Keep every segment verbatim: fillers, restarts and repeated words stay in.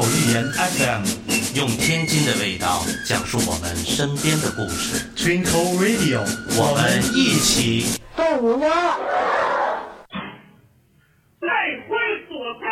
口寓言 F M， 用天津的味道讲述我们身边的故事。 Twinkle Radio， 我们一起动物吗？ 带灰所在。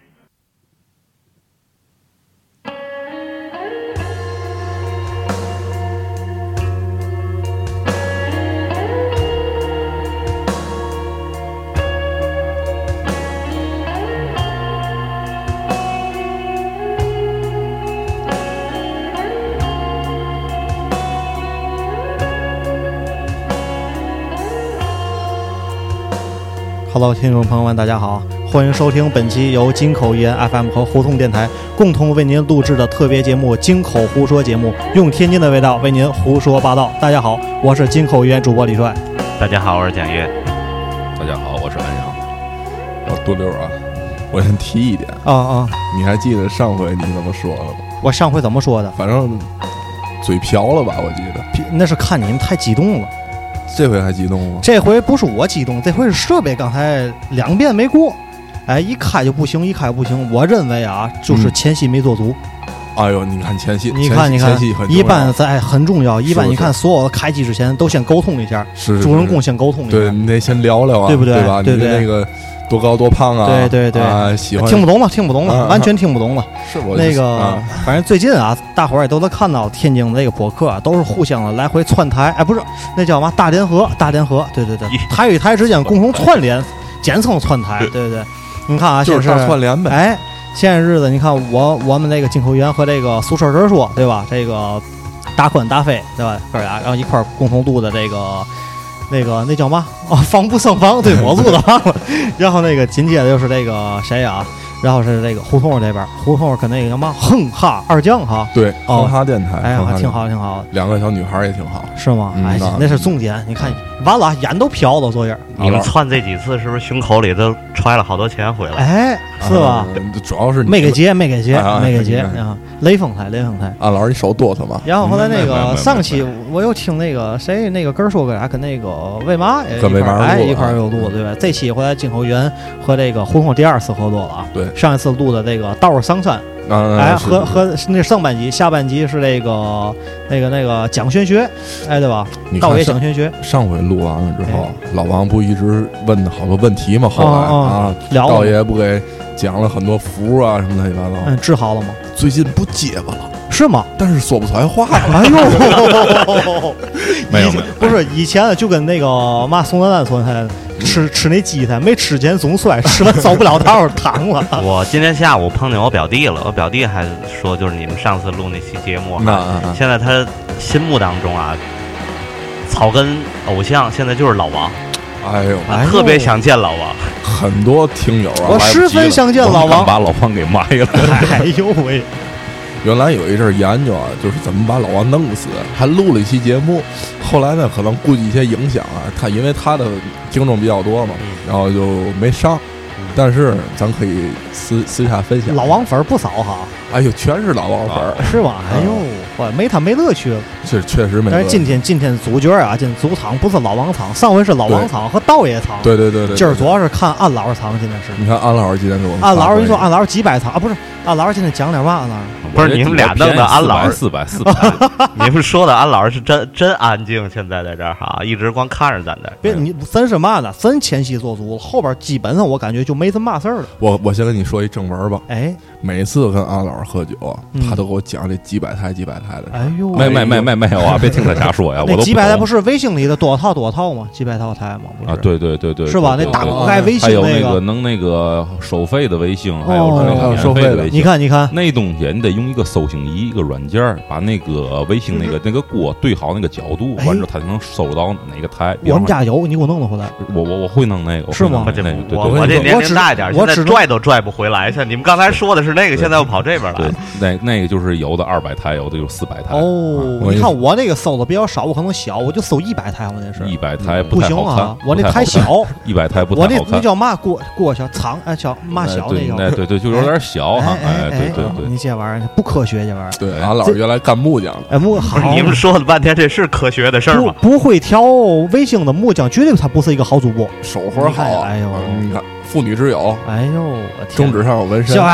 Hello， 听众朋友们，大家好，欢迎收听本期由金口语言 F M 和胡同电台共同为您录制的特别节目《金口胡说》节目，用天津的味道为您胡说八道。大家好，我是金口语言主播李帅。 大家好，我是蒋越。 大家好，我是安阳。要多溜啊！我先提一点啊啊！ 你还记得上回你怎么说的吗？ 我上回怎么说的？ 反正嘴瓢了吧？我记得那是看你们太激动了。 这回还激动吗？ 这回不是我激动，这回是设备刚才两遍没过，哎，一开就不行，一开不行。我认为啊，就是前戏没做足。 嗯、哎呦，你看前戏， 你看你看， 前戏很重要， 一般在很重要。一般你看，所有的开机之前都先沟通一下， 是主人公先沟通一下， 对你得先聊聊啊， 对不对？ 对吧？ 对对你那个多高多胖啊？ 对对对， 啊、喜欢听不懂了，听不懂了，啊、完全听不懂了。 是我那个、 啊， 反正最近啊，大伙儿也都能看到天津的这个播客、啊、都是互相的来回串台，哎，不是那叫嘛大联合，大联合，对对对，台与台之间共同串联，简称串台，对对对。你看啊， 就是大串联呗。 哎，前些日子你看我我们那个金口源和这个宿舍人说，对吧？这个大宽大飞，对吧？哥俩然后一块儿共同录的这个。那个那叫嘛？哦，防不胜防，对我录的忘了。然后那个紧接着就是这个谁啊？然后是这个胡同这边，胡同跟那个什么哼哈二将哈， 对， 哦、 哼哈电台， 哎呀，挺好挺好。 两个小女孩也挺好， 是吗？ 嗯、 哎，那是重点。你看，完了，眼都飘了，昨夜。 你们窜这几次是不是胸口里都揣了好多钱回来？ 哎，是吧？ 嗯、主要是没给结，没给结， 啊、 没给结啊！雷锋台，雷锋台。 啊，老师，你手哆嗦吗？ 然后后来那个上期我又听那个谁，那个根儿说哥俩跟那个魏麻跟魏麻哎一块儿又录，对吧？这期回来金口源和这个胡同第二次合作了啊。 对， 上一次录的这个道儿上山。 啊、 哎，和和那上半集，下半集是那个那个那个讲玄学，哎，对吧？道爷讲玄学。 上回录完了之后，哎、老王不一直问好多问题吗？后来、 哦、 啊，道爷不给讲了很多符啊什么乱七八糟。 嗯，治好了吗？ 最近不结巴了。 是吗？ 但是说不出来话。 哎呦， 没有没有， 不是以前就跟那个嘛宋丹丹说他吃吃那鸡他没吃前总衰，吃完走不了道躺了。 我今天下午碰见我表弟了，我表弟还说就是你们上次录那期节目哈， 啊、 现在他心目当中啊，草根偶像现在就是老王。 哎呦， 啊、特别想见老王， 很多听友啊， 我十分想见老王， 把老王给埋了。 哎呦喂！ 原来有一阵研究啊，就是怎么把老王弄死，还录了一期节目。后来呢，可能估计一些影响啊，他因为他的听众比较多嘛，然后就没上。但是咱可以私私下分享， 老王粉不少哈。 哎呦，全是老王粉、啊， 是吧？哎呦，我没他没乐趣了。 是确实没。 但是今天今天主角啊，今主场不是老王场，上回是老王场和道爷场。 对对对 对, 对。 今儿主要是看安老师场，今天是。 你看安老师今天给我们。 安老师，你说安老师几百场啊？不是，安老师今天讲点嘛？安老师不是你们俩弄的安老师四百四百， 你们说的安老师是真真安静，现在在这儿哈，一直光看着咱这。 别你真是嘛呢？真前期做足，后边基本上我感觉就没什么事儿了。 我我先跟你说一正文吧。 哎， 每次跟安老师喝酒，嗯、他都给我讲这几百台几百台的。 哎呦， 没没没没没有啊！别听他瞎说呀！我那几百台不是微信里的多套多套吗？几百套台吗？不是啊，对对对对， 是吧？那打不开微信还有那个能那个收费的微信，还有那个免费的微信。 你看你看， 那东西你得用一个搜星仪，一个软件，把那个微信那个那个锅对好那个角度，完之后它就能搜到哪个台。 我们家有，你给我弄得回来。 我我我会弄那个， 是吗？ 那个对我我这年龄大一点，现在拽都拽不回来。像你们刚才说的是那个，现在又跑这边来。 对，那那个就是有的二百台，有的就是四百台。 哦，你看我那个搜的比较少，我可能小，我就搜一百台，我那是一百台不行啊，我那台小， 一百台不太好看。 我那那叫嘛锅锅小长哎叫嘛小那个，对对，就有点小哈，哎对对对， 你这玩意儿不科学，这玩意儿。 对，俺老师原来干木匠， 哎木好， 你们说了半天这是科学的事儿吗？ 不会调微星的木匠，绝对他不是一个好主播， 手活好。 哎呦， 你看。妇女之友， 哎呦， 中指上有纹身。 行啊，行行行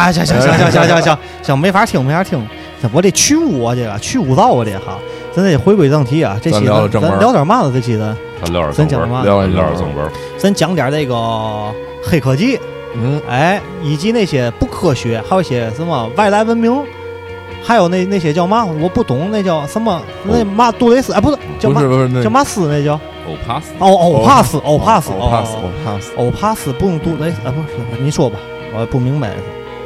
行行行行行行，没法听没法听，我得去污啊，这个去污皂啊，这哈，咱得回归正题啊，这期咱咱聊点嘛了，这期咱咱聊点咱讲嘛， 聊聊点正文， 咱讲点这个黑科技， 嗯， 哎，以及那些不科学，还有一些什么外来文明。还有那那些叫嘛？我不懂，那叫什么？那马杜蕾斯？哎，不是，叫嘛？ 不是不是那叫马斯？那叫欧帕斯。 哦，欧帕斯，欧帕斯， 欧帕斯，欧帕斯， 欧帕斯不用杜蕾斯啊？不是，你说吧，我不明白。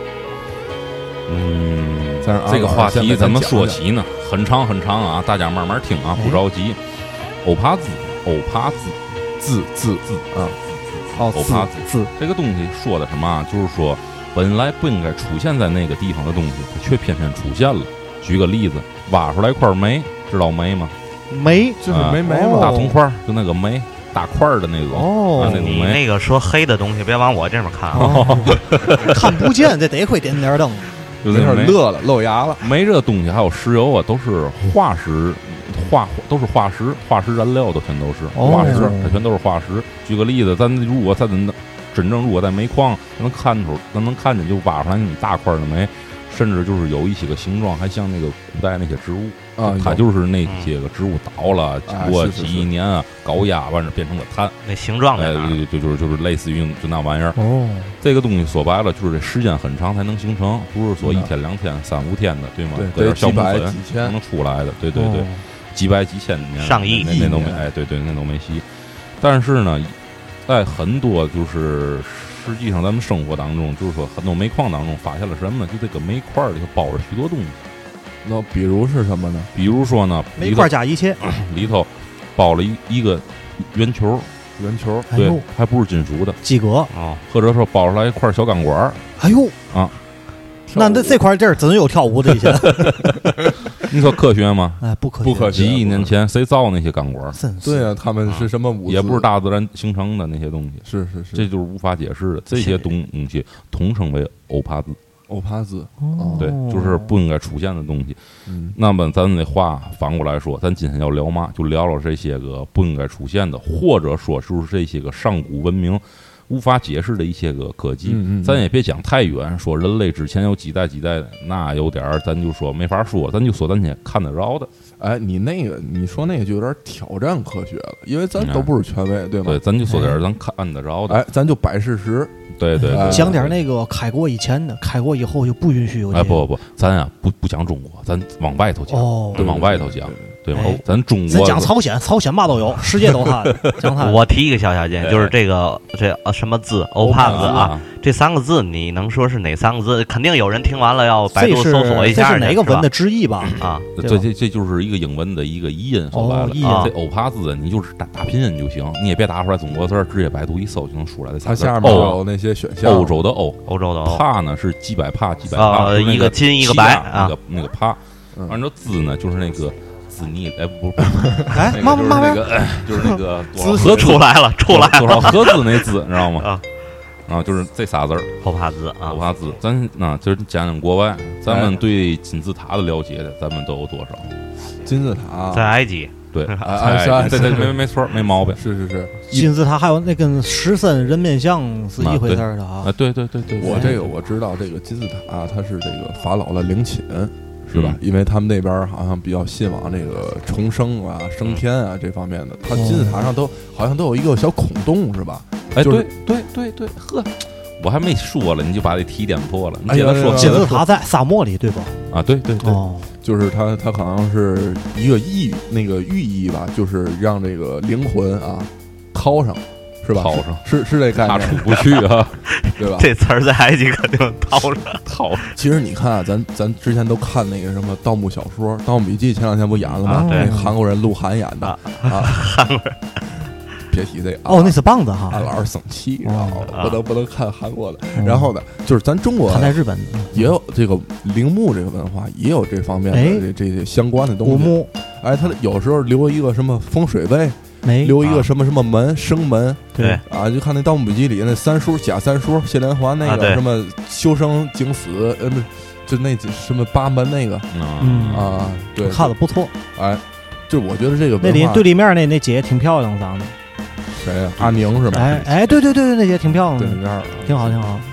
嗯，这个话题怎么说起呢？很长很长啊，大家慢慢听啊，不着急。欧帕兹，欧帕兹， 字字字啊， 哦， 欧帕字这个东西说的什么啊？就是说。本来不应该出现在那个地方的东西，它却偏偏出现了。举个例子，挖出来块煤，知道煤吗？ 煤就是煤煤嘛， 大铜块，就那个煤，大块的那种。 哦， 那种你那个说黑的东西，别往我这边看啊， 哦、看不见，这得亏点点灯。 就那会乐了，露牙了。 煤这东西还有石油啊，都是化石，化都是化石，化石燃料都全都是、哦、化石，它全都是化石。举个例子，咱如果咱真正如果在煤矿能看出，咱能看见就挖出来那么大块的煤，甚至就是有一些个形状还像那个古代那些植物啊， 它就是那些个植物倒了，经过几亿年啊，高压完了变成了碳， 那形状哎，就就就是就是类似于就那玩意儿。 哦， 这个东西说白了就是这时间很长才能形成，不是说一天两天、三五天的，对吗？ 对， 小部分几千能出来的，对对对，几百几千年、 上亿那都没，哎，对对，那都没戏。但是呢。在很多就是实际上咱们生活当中，就是说很多煤矿当中发现了什么？就这个煤块里头包着许多东西。 那比如是什么呢？ 比如说呢， 煤块加一切， 里头包了一一个圆球， 圆球， 对，还不是金属的， 几格啊，或者说包出来一块小钢管。 哎呦啊！ 那这这块地儿真有跳舞的以前， 你说科学吗？ 哎，不科学，不科学。 几亿年前谁造那些钢管？ 对啊，他们是什么物质？ 也不是大自然形成的那些东西。 是是是， 这就是无法解释的。这些东西统称为欧帕兹。 欧帕兹， 哦， 对，就是不应该出现的东西。 嗯， 那么咱那话反过来说，咱今天要聊嘛，就聊聊这些个不应该出现的，或者说就是这些个上古文明。无法解释的一些个科技， 嗯嗯、 咱也别讲太远，说人类之前有几代几代的，那有点儿，咱就说没法说，咱就说咱也看得着的。 哎，你那个你说那个就有点挑战科学了，因为咱都不是权威， 嗯、 对吗？ 对，咱就说点咱看得着的， 哎，咱就摆事实。 对对对， 讲点那个开国以前的，开国以后就不允许有。 哎，不不不，咱呀不不讲中国，咱往外头讲， 哦， 对，往外头讲。对吧？ 哎、 咱中国咱讲朝鲜，朝鲜嘛都有，世界都看。讲它， 我提一个小小建议，就是这个这呃什么字欧帕兹啊，这三个字你能说是哪三个字？肯定有人听完了要百度搜索一下。 这是哪个文的直译吧？ 啊， 这这这就是一个英文的一个译音，说白了， 哦、 这欧帕兹你就是打打拼音就行，你也别打出来中国字儿，直接百度一搜就能出来的。 它下面有那些选项， 欧洲的欧， 欧洲的欧， 帕呢是几百帕几百帕， 呃，一个金一个白啊， 那个那个帕，按照兹呢就是那个。字你哎不不， 哎，妈妈那个就是那个字出来了，出来了， 多少合字那字，你知道吗？ 啊啊，就是这仨字儿， 欧帕兹啊， 欧帕兹。咱那就是讲讲国外，咱们对金字塔的了解的，咱们都有多少？ 金字塔在埃及， 对， 哎， 对对，没没错，没毛病。 是是是， 金字塔还有那跟狮身人面像是一回事儿的啊。 啊，对对对对， 我这个我知道，这个金字塔它是这个法老的陵寝。是吧？ 嗯、 因为他们那边好像比较信往那个重生啊、升天啊这方面的，它金字塔上都好像都有一个小孔洞，是吧？ 哎， 就是、 对对对对，呵，我还没说了，你就把这题点破了。你接着说， 金字塔在沙漠里，对吧？ 啊，对对对， 哦、 就是它它好像是一个意那个寓意吧，就是让这个灵魂啊靠上。是吧？ 套上是是这概念， 他出不去啊， 对吧？这词儿在埃及肯定套上套上。 其实你看啊，咱咱之前都看那个什么盗墓小说，《盗墓笔记》前两天不演了吗？ 啊、对， 那韩国人鹿晗演的啊， 韩国人。别提这个哦，那是棒子哈， 俺老是生气，知道吗？ 啊、 不能不能看韩国的。然后呢，就是咱中国， 他在日本也有这个陵墓这个文化，也有这方面的这这些相关的东西。 古墓， 哎，他有时候留一个什么风水位。 没留一个什么什么门生门， 对啊，就看那《盗墓笔记》里那三叔假三叔谢连环那个什么修生景死，呃，不，就那什么八门那个， 嗯啊，对， 看的不错。 哎，就我觉得这个那里对立面那那姐挺漂亮，长得。 谁呀？阿宁是吧？ 哎哎，对对对对，那姐挺漂亮的， 对面挺好挺好。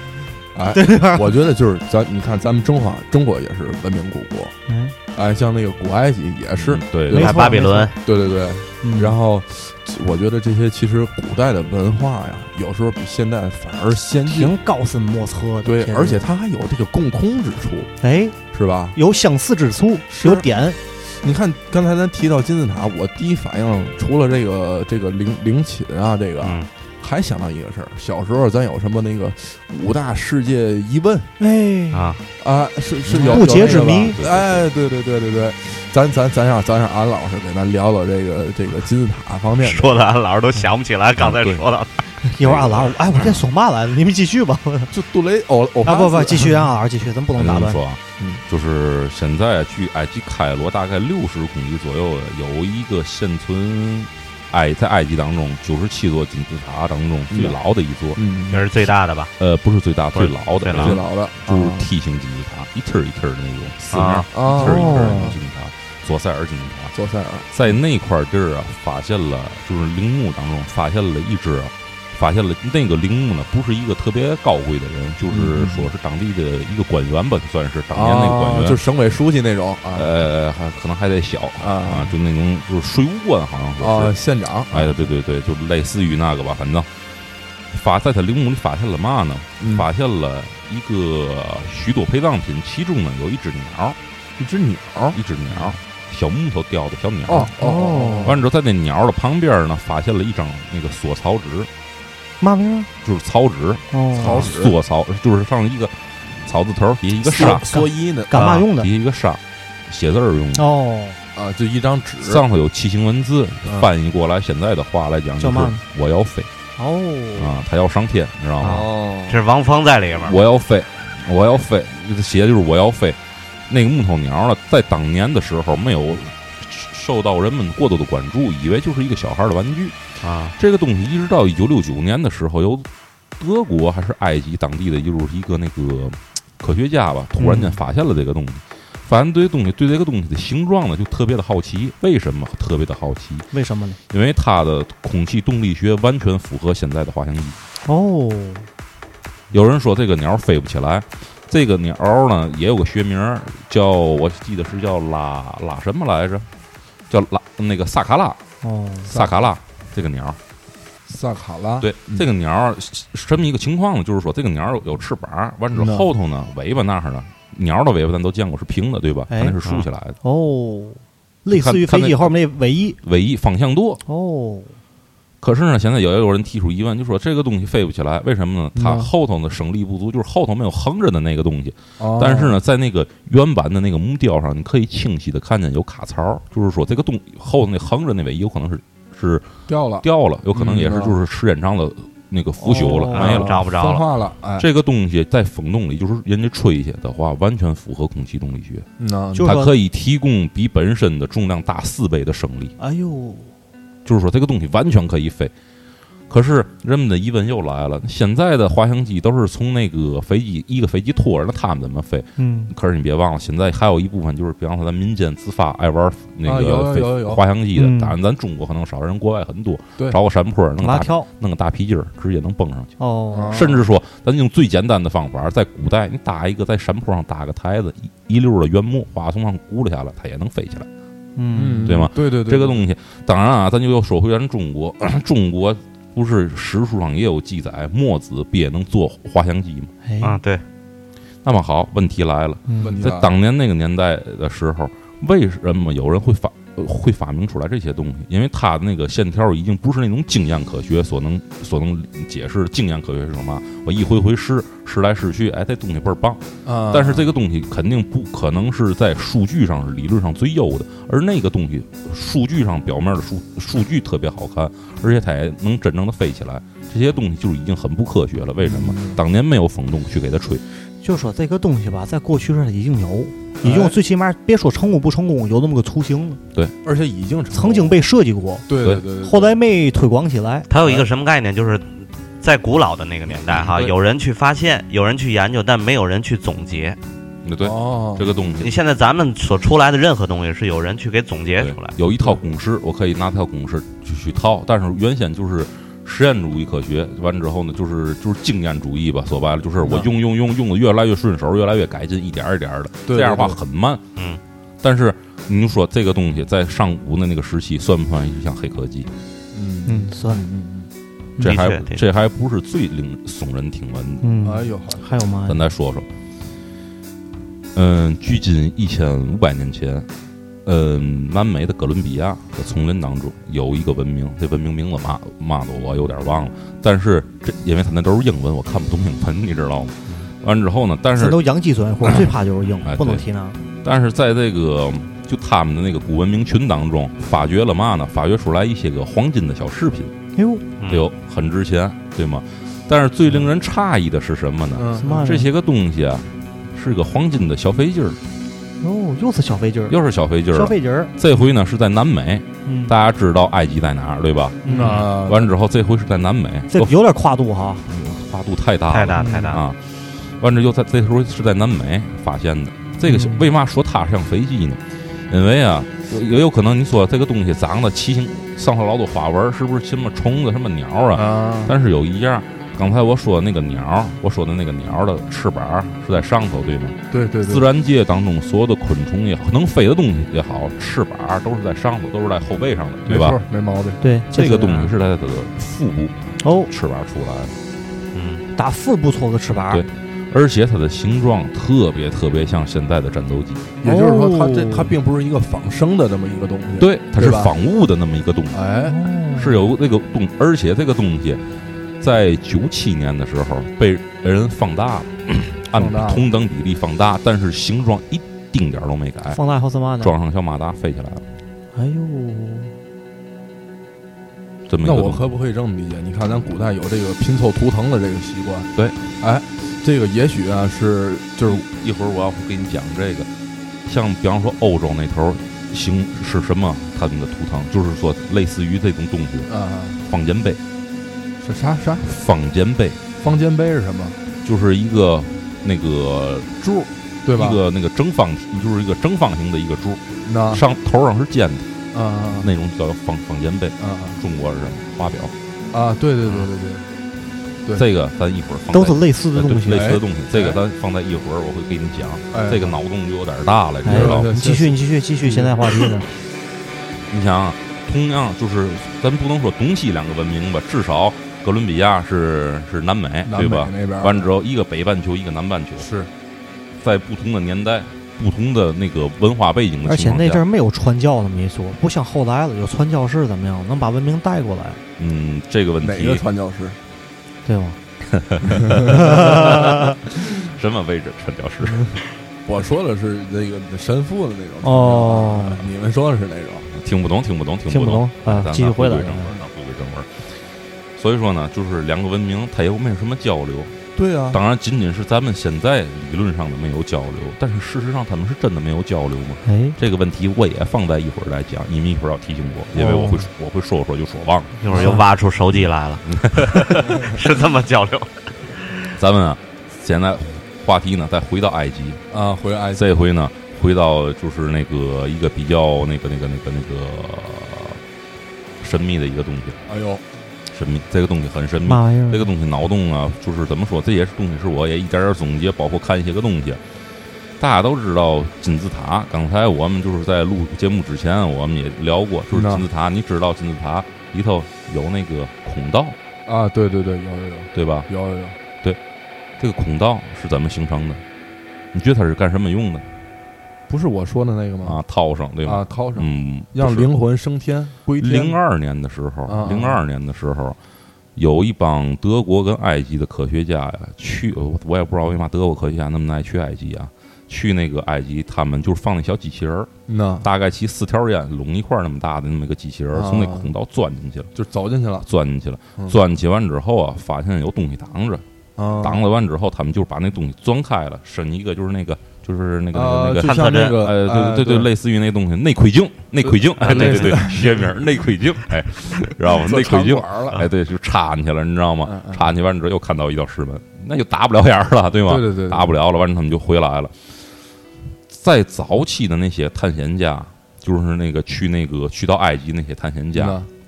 哎，我觉得就是咱你看咱们中华中国也是文明古国， 嗯， 哎，像那个古埃及也是， 嗯对， 没错巴比伦， 对对对。 嗯然后我觉得这些其实古代的文化呀，有时候比现代反而先进， 挺高深莫测的。 对， 这而且它还有这个共通之处， 哎， 是吧？ 有相似之处， 是有点。 你看刚才咱提到金字塔，我第一反应除了这个这个陵陵寝啊，这个。 嗯还想到一个事儿，小时候咱有什么那个五大世界疑问， 哎啊啊，是是有不解之谜， 哎，对对对对对，咱咱咱让咱让安老师给咱聊聊这个这个金字塔方面的， 说的安老师都想不起来刚才说的。 一会儿安老师，哎，我先说嘛来了，你们继续吧。 就杜雷欧欧啊不不，继续让安老师继续，咱不能打断。 说啊， 嗯， 就是现在距埃及开罗大概六十公里左右的有一个现存。埃在埃及当中，九十七座金字塔当中最老的一座， 嗯， 这是最大的吧？ 呃，不是最大，最老的， 最最老的就是梯形金字塔，一틀一틀的那种四面， 啊， 一틀一틀的那种金字塔，左塞尔金字塔。 左塞尔在那块地儿啊，发现了就是陵墓当中发现了一只。发现了那个陵墓呢，不是一个特别高贵的人，就是说是当地的一个官员吧，算是当年那个官员， 啊、就省委书记那种，啊、 呃，还可能还得小啊啊，就那种就是税务官，好像说是、 啊、县长， 哎，对对对，就类似于那个吧，反正发在他陵墓里发现了嘛呢？ 嗯、 发现了一个许多陪葬品，其中呢有一只鸟， 一只鸟， 一只鸟。小木头雕的小鸟， 哦哦， 完之后在那鸟的旁边呢，发现了一张那个缩草纸， 嘛名？ 就是草纸， 哦， 草缩草，就是上一个草字头，底下一个沙， 蓑衣呢， 干嘛用的？ 底下一个沙，写字儿用的。 哦， 啊，就一张纸， 上头有楔形文字，翻译过来现在的话来讲，就是我要飞。 哦， 啊，他要上天，你知道吗？ 哦， 这是王峰在里面。 我要飞，我要飞，写的就是我要飞。那个木头鸟呢，在当年的时候没有受到人们过多的关注，以为就是一个小孩的玩具啊。 这个东西一直到一九六九年的时候，由德国还是埃及当地的就是一个那个科学家吧，突然间发现了这个东西，嗯、发现对东西对这个东西的形状呢就特别的好奇。为什么特别的好奇？ 为什么呢？ 因为它的空气动力学完全符合现在的滑翔机。 哦， 有人说这个鸟飞不起来。这个鸟呢也有个学名，叫我记得是叫拉拉什么来着？叫拉那个萨卡拉。 哦， 萨卡拉这个鸟， 萨卡拉。 对，嗯、这个鸟什么一个情况呢？就是说这个鸟有翅膀，完之后后头呢尾巴那儿呢，鸟的尾巴咱都见过是平的，对吧？它那是竖起来的。 哦，类似于飞机后面那尾翼， 尾翼方向舵。 哦。 可是呢，现在也有人提出疑问，就说这个东西飞不起来，为什么呢？它后头的升力不足，就是后头没有横着的那个东西。 哦、 但是呢，在那个原版的那个木雕上，你可以清晰的看见有卡槽，就是说这个东后头那横着那尾有可能是是掉了， 掉了，有可能也是就是时间长的那个腐朽了， 哦、 没了， 找不着了。 化了。哎， 这个东西在风洞里，就是人家吹下的话，完全符合空气动力学。 嗯， 它可以提供比本身的重量大四倍的升力。 哎呦， 就是说这个东西完全可以飞。可是人们的疑问又来了，现在的滑翔机都是从那个飞机一个飞机拖着，那他们怎么飞？ 嗯， 可是你别忘了，现在还有一部分就是，比方说咱民间自发爱玩那个飞、 啊、 滑翔机的， 嗯、 当然咱中国可能少人，国外很多。 对， 找个山坡弄个大跳， 弄个大皮筋儿，直接能蹦上去。 哦， 甚至说，咱用最简单的方法，在古代你搭一个在山坡上搭个台子，一一溜的原木，花从上轱辘下来，它也能飞起来。 嗯， 对吗？ 对对对， 这个东西，当然啊，咱就又说回咱中国，中国。不是史书上也有记载，墨子不也能坐滑翔机吗？ 啊，对。 那么好，问题来了， 嗯、 在当年那个年代的时候，为什么有人会发会发明出来这些东西？因为它的那个线条已经不是那种经验科学所能所能解释。经验科学是什么？我一回回试，试来试去，哎，这东西倍儿棒。 啊、 但是这个东西肯定不可能是在数据上是理论上最优的，而那个东西数据上表面的数数据特别好看，而且它也能真正的飞起来。这些东西就已经很不科学了。为什么？ 嗯、 当年没有风洞去给它吹。 就说这个东西吧，在过去这已经有，已经最起码别说成功不成功，有那么个雏形了。 对， 而且已经曾经被设计过。 对对 对, 对， 后来没推广起来。 它有一个什么概念？就是在古老的那个年代哈，有人去发现，有人去研究，但没有人去总结。 对， 哦， 这个东西， 你现在咱们所出来的任何东西是有人去给总结出来， 有一套公式，我可以拿套公式去去套，但是原先就是实验主义科学，完之后呢，就是就是经验主义吧，说白了就是我用用用用的越来越顺手，越来越改进，一点一点的， 对对对， 这样的话很慢。 嗯， 但是你说这个东西在上古的那个时期算不算一项黑科技？ 嗯嗯，算， 嗯这还的确这还不是最令耸人听闻的。 嗯， 哎呦， 还有嘛？ 咱再说说，嗯，距今一千五百年前，嗯，南美的哥伦比亚的丛林当中有一个文明，这文明名字嘛嘛的我有点忘了，但是这因为它那都是英文，我看不懂英文，你知道吗？完之后呢，但是这都洋基专或者最怕就是英， 哎不能提那。 但是在这个就他们的那个古文明群当中，发掘了嘛呢？发掘出来一些个黄金的小饰品， 哎呦， 哎呦，很值钱，对吗？但是最令人诧异的是什么呢？ 嗯， 什么这些个东西啊，是个黄金的小飞机儿， 哦，又是小飞机儿， 又是小飞机儿， 小飞机儿。 这回呢是在南美， 嗯， 大家知道埃及在哪儿，对吧？ 嗯那完之后，这回是在南美， 这有点跨度哈。 跨度太大了， 太大太大啊！完之又在这回是在南美发现的。这个嗯为嘛说它像飞机呢？因为啊，也有可能你说这个东西长得奇形，上头老多花纹，是不是什么虫子、什么鸟啊？ 啊， 但是有一样，刚才我说的那个鸟，我说的那个鸟的翅膀是在上头，对吗？ 对对对， 自然界当中所有的昆虫也好，能飞的东西也好，翅膀都是在上头，都是在后背上的，对吧？ 没错，没毛病。 对， 这个东西是是在它的腹部哦， 翅膀出来的， 嗯， 打腹部搓个翅膀。 对而且它的形状特别特别像现在的战斗机， 也就是说，它这哦它并不是一个仿生的这么一个东西。， 对，它是对吧仿物的那么一个东西， 哎， 哦， 是有这个东，而且这个东西在九七年的时候被人放大了，按放大了同等比例放大，但是形状一丁点儿都没改， 放大后怎么呢？ 装上小马达飞起来了， 哎呦， 这么一那我个东西可不可以这么理解？你看，咱古代有这个拼凑图腾的这个习惯。 对， 哎，这个也许啊是就是一会儿我要给你讲这个，像比方说欧洲那头形是什么，他们的图腾就是说类似于这种东西， 啊方尖碑， 是啥啥方尖碑方尖碑是什么？ 就是一个那个柱， 对吧？ 一个那个正方体，就是一个正方形的一个柱， 那上头上是尖的， 啊那种叫方方尖碑。 啊中国是什么华表？ 啊！对对对对对，对这个咱一会儿放在都是类似的哎对东西。 类似的东西，这个哎咱放在一会儿我会给你讲。 哎这个脑洞就有点大了，你哎知道吗？ 对你继续，你继续，继续现在话题呢？ 你想啊，同样就是咱不能说东西两个文明吧，至少哥伦比亚是是南美， 南美对吧？ 那边完之后，一个北半球，一个南半球， 是在不同的年代、不同的那个文化背景的而且情况下， 那阵儿没有传教那么一说，不像后来了，有传教士怎么样，能把文明带过来， 嗯，这个问哪个题传教士？ 对吧？ 什么位置传教士？ 我说的是那个神父的那种哦传教士你们说的是哪种？ 听不懂，听不懂，听不听不懂啊咱继续回来咱回归正文，咱回归正文。所以说呢，就是两个文明，它又没有什么交流。 对啊， 当然，仅仅是咱们现在理论上的没有交流，但是事实上他们是真的没有交流吗？ 哎， 这个问题我也放在一会儿来讲，你们一会儿要提醒我，因为我会、 哦我会说说就说忘了。 一会儿又挖出手机来了，是这么交流。 咱们啊，现在话题呢，再回到埃及， 啊，回埃及这回呢，回到就是那个一个比较那个那个那个那个神秘的一个东西， 哎呦， 神秘，这个东西很神秘。 嘛玩意儿？ 这个东西脑洞啊，就是怎么说，这也是东西是我也一点点总结，包括看一些个东西。大家都知道金字塔，刚才我们就是在录节目之前，我们也聊过，就是金字塔。你知道金字塔里头有那个孔道， 啊，对对对，有有有对吧？ 有有有， 这个孔道是怎么形成的？你觉得它是干什么用的？ 不是我说的那个吗？ 啊，掏上对吗？ 啊，掏上， 嗯，不是让灵魂升天归天。 零二年的时候啊， 零二年的时候，有一帮德国跟埃及的科学家呀，去我我也不知道为嘛德国科学家那么爱去埃及啊。去那个埃及，他们就是放那小机器人儿， 那大概起四条烟拢一块儿那么大的那么一个机器人儿， 啊从那孔道钻进去了， 就走进去了， 钻进去了， 嗯钻进去完之后啊，发现有东西挡着， 啊， 挡了完之后，他们就把那东西钻开了，伸一个就是那个就是那个那啊， 个那个就像那个， 呃， 哎对对对，类似于那东西内窥镜，内窥镜，哎，对对对，学名内窥镜，哎，知道吗？ 做内窥镜， 场馆了， 哎，对，就插进去了，你知道吗嗯？嗯插进去完之后又看到一道石门，那就打不了眼儿了，对吗？ 对对对对打不了了，完了他们就回来了。在早期的那些探险家，就是那个去那个去到埃及那些探险家， 嗯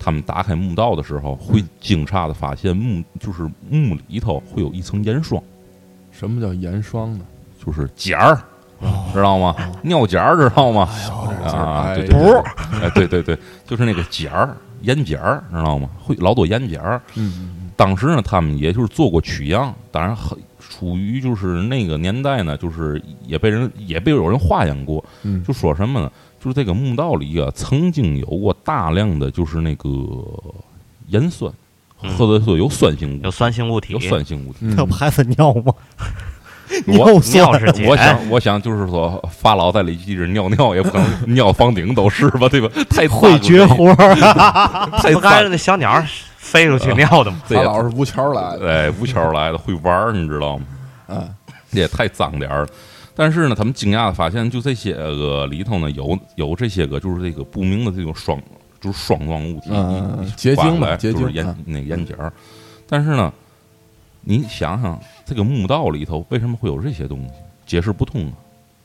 他们打开墓道的时候，会惊诧的发现墓就是墓里头会有一层盐霜。 什么叫盐霜呢？ 就是碱儿，知道吗？尿碱儿知道吗？啊，对对对，哎，对对对，就是那个碱儿，盐碱儿，知道吗？会老多盐碱儿。 嗯， 当时呢，他们也就是做过取样，当然很处于就是那个年代呢，就是也被人也被有人化验过， 嗯， 就说什么呢？就是这个墓道里啊，曾经有过大量的就是那个盐酸，或者说有酸性物， 有酸性物体， 有酸性物体， 那不还是尿吗？ 我尿是碱， 我想，我想就是说，法老在里记着尿尿，也不可能尿房顶都是吧，对吧？太会绝活儿， 太不该那小鸟飞出去尿的吗？ 法老是吴桥来的， 哎，吴桥来的，会玩儿，你知道吗？ 嗯， 也太脏点儿了。但是呢，他们惊讶的发现，就这些个里头呢，有有这些个就是这个不明的这种霜，就是霜状物体， 嗯，结晶嘛，结晶盐那个盐碱儿。但是呢，你想想，这个墓道里头为什么会有这些东西？解释不通啊。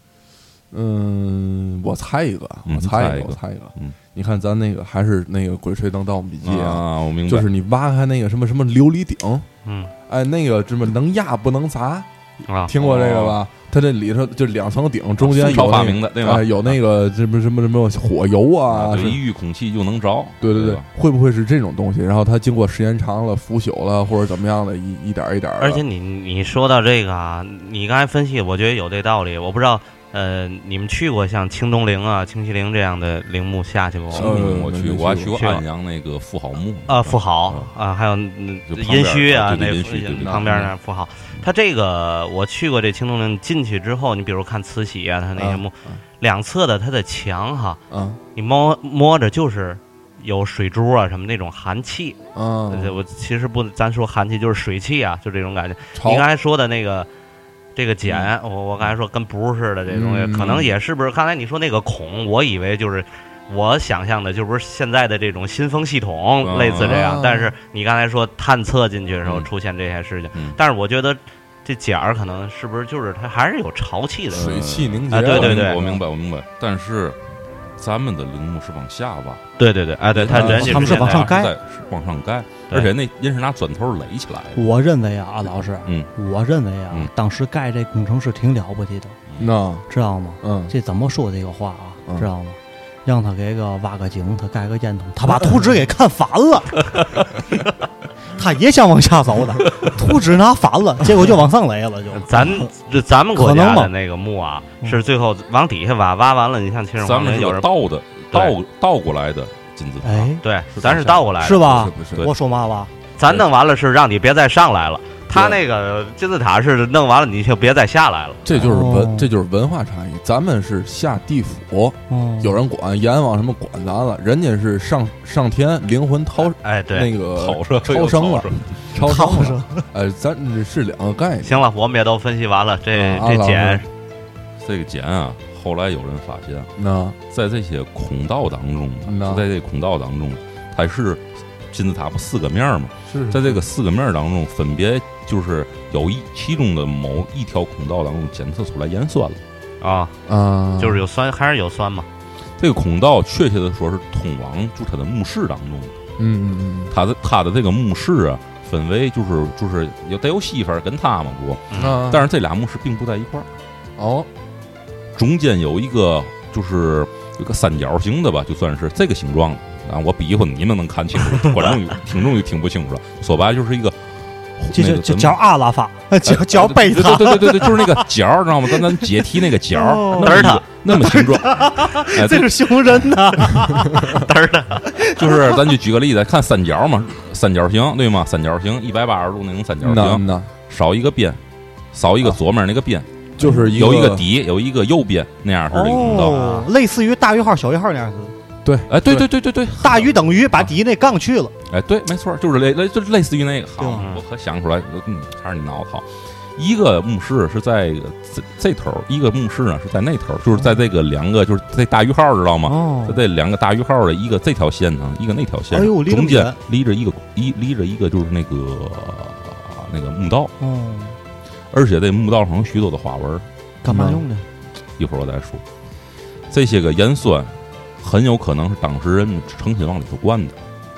嗯，我猜一个，我猜一个，我猜一个。 嗯， 你看咱那个还是那个《鬼吹灯盗墓笔记》 啊，我明白， 就是你挖开那个什么什么琉璃鼎， 嗯， 哎，那个什么能压不能砸。 啊， 听过这个吧？它这里头就两层顶，中间有发明的，对吧？ 有那个什么什么什么火油啊， 一遇空气就能着。 对对对，会不会是这种东西？然后它经过时间长了腐朽了，或者怎么样的，一一点一点。 而且你你说到这个啊，你刚才分析，我觉得有这道理。我不知道，呃，你们去过像清东陵啊、清西陵这样的陵墓下去过？ 清东陵我去过，我还去过安阳那个妇好墓啊，妇好啊，还有殷墟啊，那旁边那妇好。他这个我去过这清东陵，进去之后，你比如看慈禧啊，他那些墓，两侧的它的墙哈，你摸摸着就是有水珠啊什么那种寒气。 嗯， 我其实不，咱说寒气就是水气啊，就这种感觉。你刚才说的那个。这个碱，我我刚才说跟不似的这东西，可能也是不是？刚才你说那个孔，我以为就是我想象的，就不是现在的这种新风系统，类似这样。但是你刚才说探测进去的时候出现这些事情，但是我觉得这碱儿可能是不是就是它还是有潮气的水汽凝结？ 啊，对对对， 我明白我明白。但是咱们的陵墓是往下挖， 对对对，哎对，他人他们是往上盖， 是往上盖。而且那人是拿砖头垒起来的。 我认为啊，老师， 嗯， 我认为啊， 嗯、 当时盖这工程师挺了不起的， 那知道吗？ 嗯， 这怎么说这个话啊？ 嗯、 知道吗？让他给个挖个井，他盖个烟囱，他把图纸给看反了。他也想往下走的，图纸拿反了，结果就往上垒了。就咱这咱们国家的那个墓啊，是最后往底下挖，挖完了，你像其实咱们有人倒的，倒倒过来的。金字塔， 哎， 对，咱是倒过来的， 是吧？ 不是， 我说嘛吧， 咱弄完了是让你别再上来了，他那个金字塔是弄完了你就别再下来了。 这就是文，哦、这就是文化差异。咱们是下地府， 哦、 有人管阎王什么管咱了，人家是上上天，灵魂逃， 哎，对， 那个超生了，超生了，哎，咱这是两个概念。 行了，我们也都分析完了，这、 啊、 这碱， 这个碱啊。后来有人发现， 那在这些孔道当中，就在这孔道当中，它是金字塔不四个面嘛？ 是在这个四个面当中，分别就是有一其中的某一条孔道当中检测出来盐酸了啊啊， 就是有酸，还是有酸嘛？ 这个孔道确切的说是通往就它的墓室当中， 嗯嗯嗯， 它的它的这个墓室啊，分为就是就是有得有媳妇儿跟他嘛不， 嗯， 但是这俩墓室并不在一块儿哦。 中间有一个就是一个三角形的吧，就算是这个形状的啊。我比划你们能看清楚，观众听众就听不清楚了。说白了就是一个， 就就就叫阿拉法，叫叫贝塔， 对对对对对，就是那个角，知道吗？咱咱解题那个角， 嘚儿它那么形状， 哎，这是形容人呐， 嘚儿它， 就是咱就举个例子，看三角嘛，三角形对吗？三角形一百八十度那种三角形，少一个边，少一个左面那个边。 就是有一个底，有一个右边，那样式的一个孔道， 哦，类似于大于号、小于号那样子。 对， 哎，对对对对对， 大于等于把底那杠去了。 哎，对，没错，就是类类就是类似于那个。好，我可想出来，嗯，还是你脑子好。一个墓室是在这这头，一个墓室呢是在那头，就是在这个两个就是这大于号，知道吗？ 哦， 在这两个大于号的一个这条线上，一个那条线， 哎呦， 中间离着一个一离着一个就是那个那个墓道。 哦。 而且这墓道上有许多的花纹， 干嘛用的？ 一会儿我再说。这些个盐酸很有可能是当时人诚心往里头灌的。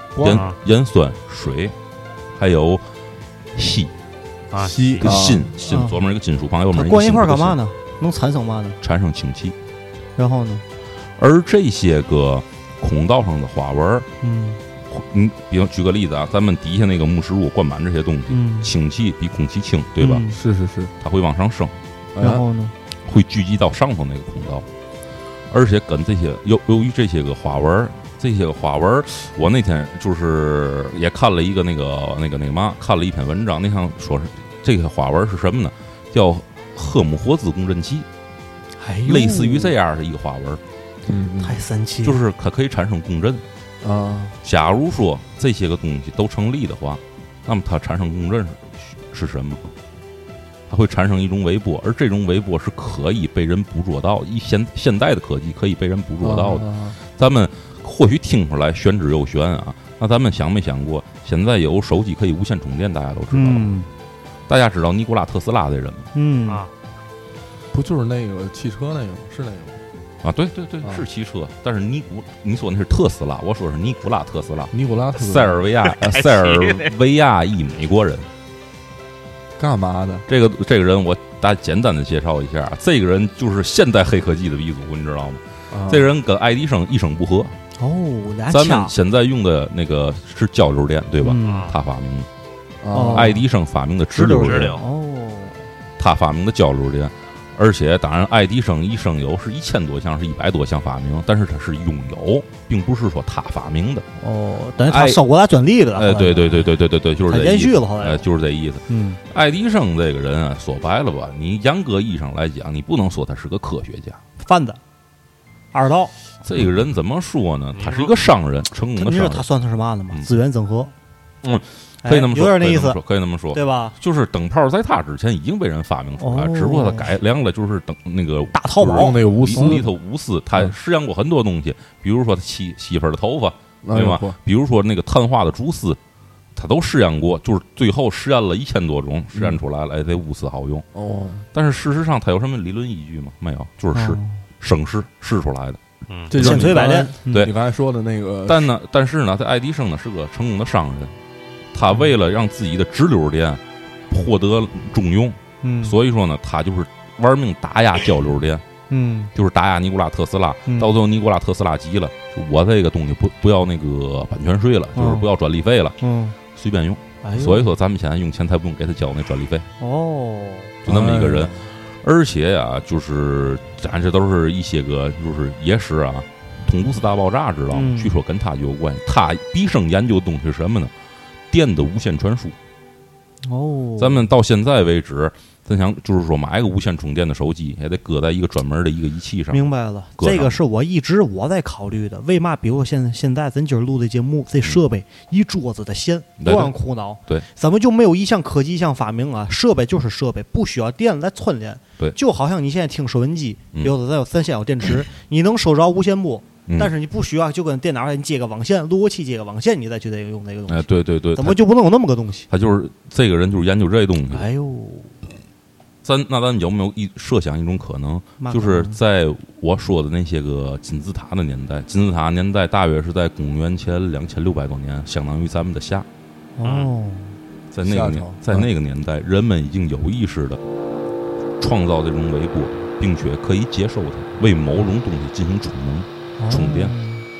盐盐酸水，还有硒啊， 硒跟锌锌左面一个金属旁，右面一个关一块干嘛呢？能产生嘛呢？ 产生氢气。 然后呢？ 而这些个孔道上的花纹， 嗯， 你比如举个例子啊，咱们底下那个木石物灌满这些东西， 嗯， 氢气比空气轻，对吧？ 嗯、 是是是， 它会往上升， 然后呢， 会聚集到上头那个孔道，而且跟这些由由于这些个花纹。这些个花纹，我那天就是也看了一个那个那个那个嘛，看了一篇文章，那上说是这个花纹是什么呢？叫赫姆霍兹共振器， 哎， 类似于这样的一个花纹， 嗯， 太神奇了， 就是它可以产生共振啊。 假如说这些个东西都成立的话，那么它产生共振是是什么？它会产生一种微波，而这种微波是可以被人捕捉到，以现现代的科技可以被人捕捉到的， 啊、 咱们。或许听出来玄之又玄啊，那咱们想没想过，现在有手机可以无线充电，大家都知道了。 嗯、 大家知道尼古拉特斯拉的人吗？ 嗯啊， 不就是那个汽车那个吗？是那个吗？ 啊，对对对， 啊、 是汽车，但是尼古，你说那是特斯拉，我说是尼古拉特斯拉， 尼古拉特斯拉塞尔维亚，呃、塞尔维亚裔美国人， 干嘛的？ 这个这个人我大家简单的介绍一下，这个人就是现代黑科技的鼻祖，你知道吗？ 啊、 这个人跟爱迪生一声不合。 哦， 咱们现在用的那个是交流电，对吧？ 嗯、 他发明的。 哦， 爱迪生发明的直流电。 哦， 他发明的交流电，而且当然，爱迪生一生有是一千多项，是一百多项发明，但是他是拥有，并不是说他发明的。 哦，等于他收过来专利的。 哎，对对对对对对对，就是这意思。 延续了后来。 哎，就是这意思。 嗯， 爱迪生这个人啊，说白了吧，你严格意义上来讲，你不能说他是个科学家， 贩子，二道。 这个人怎么说呢？他是一个商人，成功的商人。你知道他算是什么呢吗？资源整合。 嗯，可以那么说， 有点那意思， 可以那么说， 对吧？ 就是灯泡在他之前已经被人发明出来，只不过他改良了，就是灯那个大套毛那个钨丝里头钨丝，他试验过很多东西，比如说他洗媳妇儿的头发，对吗？比如说那个碳化的蛛丝，他都试验过，就是最后试验了一千多种，试验出来了，哎，这钨丝好用。 哦， 但是事实上，他有什么理论依据吗？没有，就是试生试试出来的。 嗯， 这就是千锤百炼。 对， 你刚才说的那个， 但呢，但是呢，这爱迪生呢是个成功的商人，他为了让自己的直流电获得重用， 嗯， 所以说呢，他就是玩命打压交流电， 嗯， 就是打压尼古拉特斯拉。 嗯、 到最后，尼古拉特斯拉急了，就我这个东西不不要那个版权税了， 嗯、 就是不要专利费了， 嗯， 随便用。 哎、 所以说，咱们现在用钱才不用给他交那专利费。 哦， 就那么一个人。 哎而且呀，就是咱这都是一些个就是野史啊，通古斯大爆炸知道吗？ 嗯、 据说跟他就有关系。他毕生研究的东西是什么呢？电的无线传输。 哦， 咱们到现在为止，咱想就是说买个无线充电的手机，也得搁在一个专门的一个仪器上。 明白了，这个是我一直我在考虑的。为嘛？比如说现在现在咱今儿录的节目，这设备一桌子的线，多让苦恼。 对， 怎么就没有一项科技一项发明啊？设备就是设备，不需要电来串联。 对， 就好像你现在听收音机，比如说咱有咱现有电池，你能收着无线波。但是你不需要，就跟电脑上你接个网线，路由器接个网线，你再去这个用这个东西。 哎，对对对， 怎么就不能有那么个东西？ 他就是这个人，就是研究这东西。 哎呦， 咱那咱有没有一设想一种可能，就是在我说的那些个金字塔的年代，金字塔年代大约是在公元前两千六百多年，相当于咱们的夏。 哦， 在那个年，在那个年代，人们已经有意识的创造这种微波，并且可以接受它，为某种东西进行充能。充电，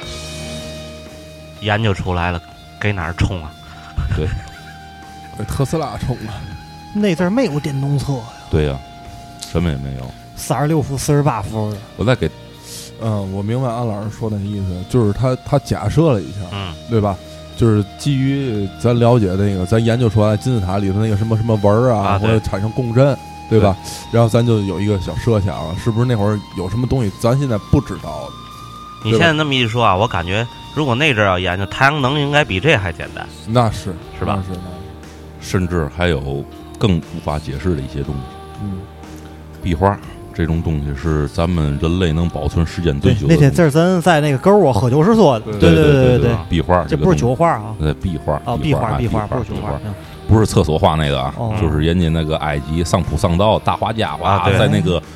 研究出来了，给哪儿充啊？ 对， 给特斯拉充啊。 那阵儿没有电动车呀。 对呀、啊，什么也没有。 三十六伏、四十八伏的。 我再给， 嗯，我明白安老师说的意思，就是他他假设了一下， 嗯， 对吧？就是基于咱了解那个，咱研究出来金字塔里头那个什么什么纹啊，或者产生共振。对吧？然后咱就有一个小设想了，是不是那会儿有什么东西咱现在不知道的？ 你现在那么一说啊，我感觉如果那阵要研究太阳能，应该比这还简单。 那是是吧？ 是， 甚至还有更无法解释的一些东西。 嗯， 壁画这种东西是咱们人类能保存时间最久的。 那天这是咱在那个沟啊喝酒时说的。 对对对对对， 壁画这不是酒画啊。 对，壁画啊，壁画壁画不是酒画。 不是厕所画那个啊， 哦、 就是人家那个埃及上普上道大画家画， 啊、 在那个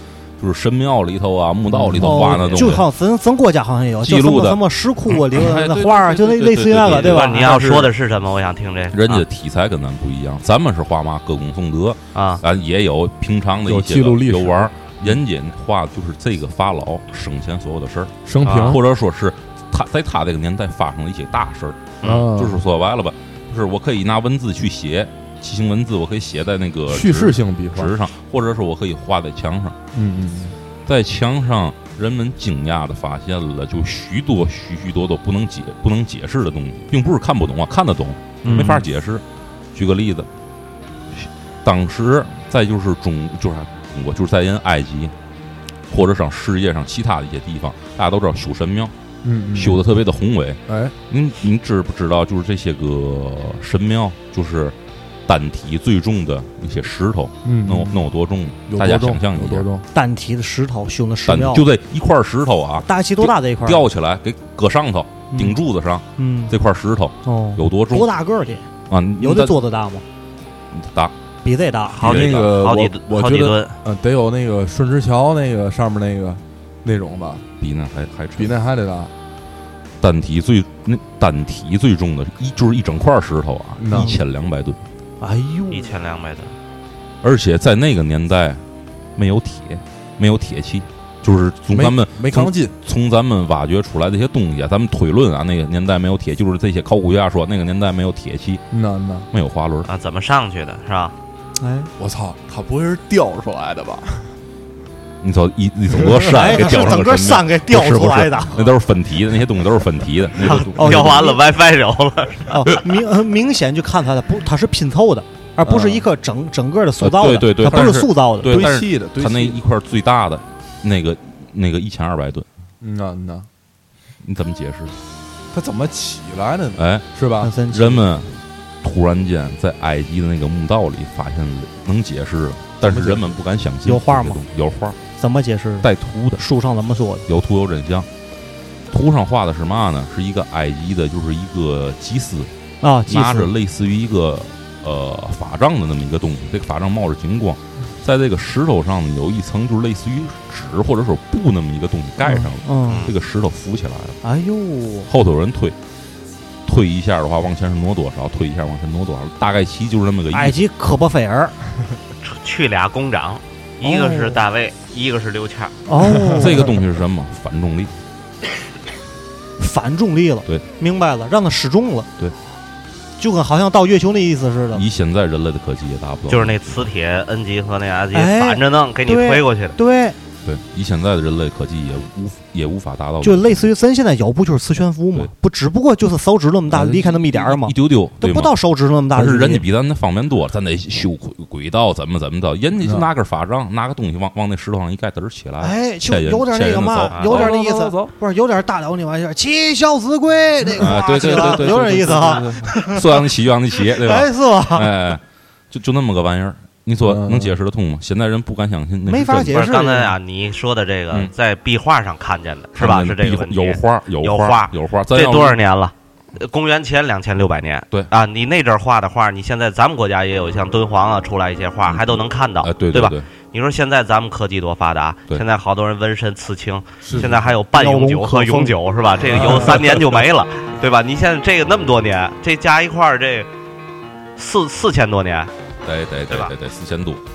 就是神庙里头啊、墓道里头画那东西， 就好像咱咱国家好像也有记录的什么石窟啊里头哎那画，就那类似于那个，对吧？ 你要说的是什么？我想听这。 人家题材跟咱不一样，咱们是画嘛歌功颂德啊， 咱也有平常的一些记录历史游玩，人家画就是这个法老生前所有的事儿， 生平， 啊、或者说是他在他这个年代发生的一些大事儿， 嗯， 就是说白了吧，就是我可以拿文字去写。楔形文字我可以写在那个叙事性笔纸上，或者说我可以画在墙上。 嗯嗯， 在墙上，人们惊讶地发现了就许多许许多多不能解不能解释的东西，并不是看不懂啊，看得懂，没法解释。嗯、举个例子，当时再就是中就是中国就是在人埃及，或者上世界上其他的一些地方，大家都知道修神庙。 嗯，嗯修的特别的宏伟。 哎， 您您知不知道？就是这些个神庙，就是单体最重的一些石头， 嗯， 能有能有多重？ 有大家想象一下， 单体的石头修的神庙， 就这一块石头啊， 大概多大的一块？ 吊起来给搁上头，顶柱子上， 嗯， 这块石头哦有多重？ 多大个儿的啊？ 有的做的大吗？ 大， 比这大， 好几个， 好几我觉得，嗯，得有那个顺直桥那个上面那个那种吧， 比那还还比那还得大。 单体最那单体最重的一就是一整块石头啊，一千两百吨。 哎呦， 一千两百吨！ 而且在那个年代，没有铁，没有铁器，就是从咱们没钢筋， 从咱们挖掘出来这些东西啊，咱们推论啊，那个年代没有铁，就是这些考古学家说那个年代没有铁器， 那那没有滑轮啊，怎么上去的，是吧？ 哎， 我操，它不会是吊出来的吧？ 你走一你走多山给吊上整个山给吊出来的， 那都是分体的，那些东西都是分体的。 哦，吊完了 WiFi 有了， 哦，明明显就看出来不，它是拼凑的，而不是一个整整个的塑造的， 对对对， 它不是塑造的， 堆砌的。 它那一块最大的那个那个一千二百吨， 那那你怎么解释？ 它怎么起来的呢？ 哎， 是吧？ 人们突然间在埃及的那个墓道里发现了能解释了，但是人们不敢相信。 有画吗？ 有画。 怎么解释？ 带图的， 书上怎么说的？ 有图有真相。图上画的是嘛呢？是一个埃及的，就是一个祭司啊， 拿着类似于一个呃法杖的那么一个东西，这个法杖冒着金光，在这个石头上呢有一层就是类似于纸或者说布那么一个东西盖上了， 嗯， 这个石头浮起来了。 哎呦， 后头有人推，推一下的话往前是挪多少？推一下往前挪多少？大概其就是那么个意思。 埃及科波菲尔去俩工长。一个是大卫，一个是刘谦。 哦， 这个东西是什么？反重力， 反重力了。 对， 明白了，让它失重了。 对， 就跟好像到月球那意思似的。 以现在人类的科技也达不到。 就是那磁铁 N 级和那 R 级反着弄，给你推过去的。 对对，以现在的人类科技也无也无法达到。 就类似于咱现在有不就是磁悬浮吗？不，只不过就是手指那么大，离开那么一点儿嘛， 一丢丢， 都不到手指那么大。 但是人家比咱那方便多，咱得修轨道，怎么怎么着，人家就拿根法杖，拿个东西往往那石头上一盖，嘚儿起来。 哎，就有点那个嘛，有点那意思，不是有点大了那玩意儿，七小子龟那个， 对对对对， 有点意思哈。 说让你起就让你起，对吧？ 哎，是吧？ 哎，就就那么个玩意儿。你说能解释得通吗？现在人不敢相信， 没法解释。 刚才啊，你说的这个在壁画上看见的是吧？是这个问题。 有画， 有画，有画。 这多少年了？公元前两千六百年。 对啊，你那阵画的画，你现在咱们国家也有像敦煌啊出来一些画，还都能看到， 对对吧？你说现在咱们科技多发达，现在好多人纹身刺青，现在还有半永久和永久是吧？这个有三年就没了，对吧？你现在这个那么多年，这加一块儿这四四千多年， 对对对对对，四千多。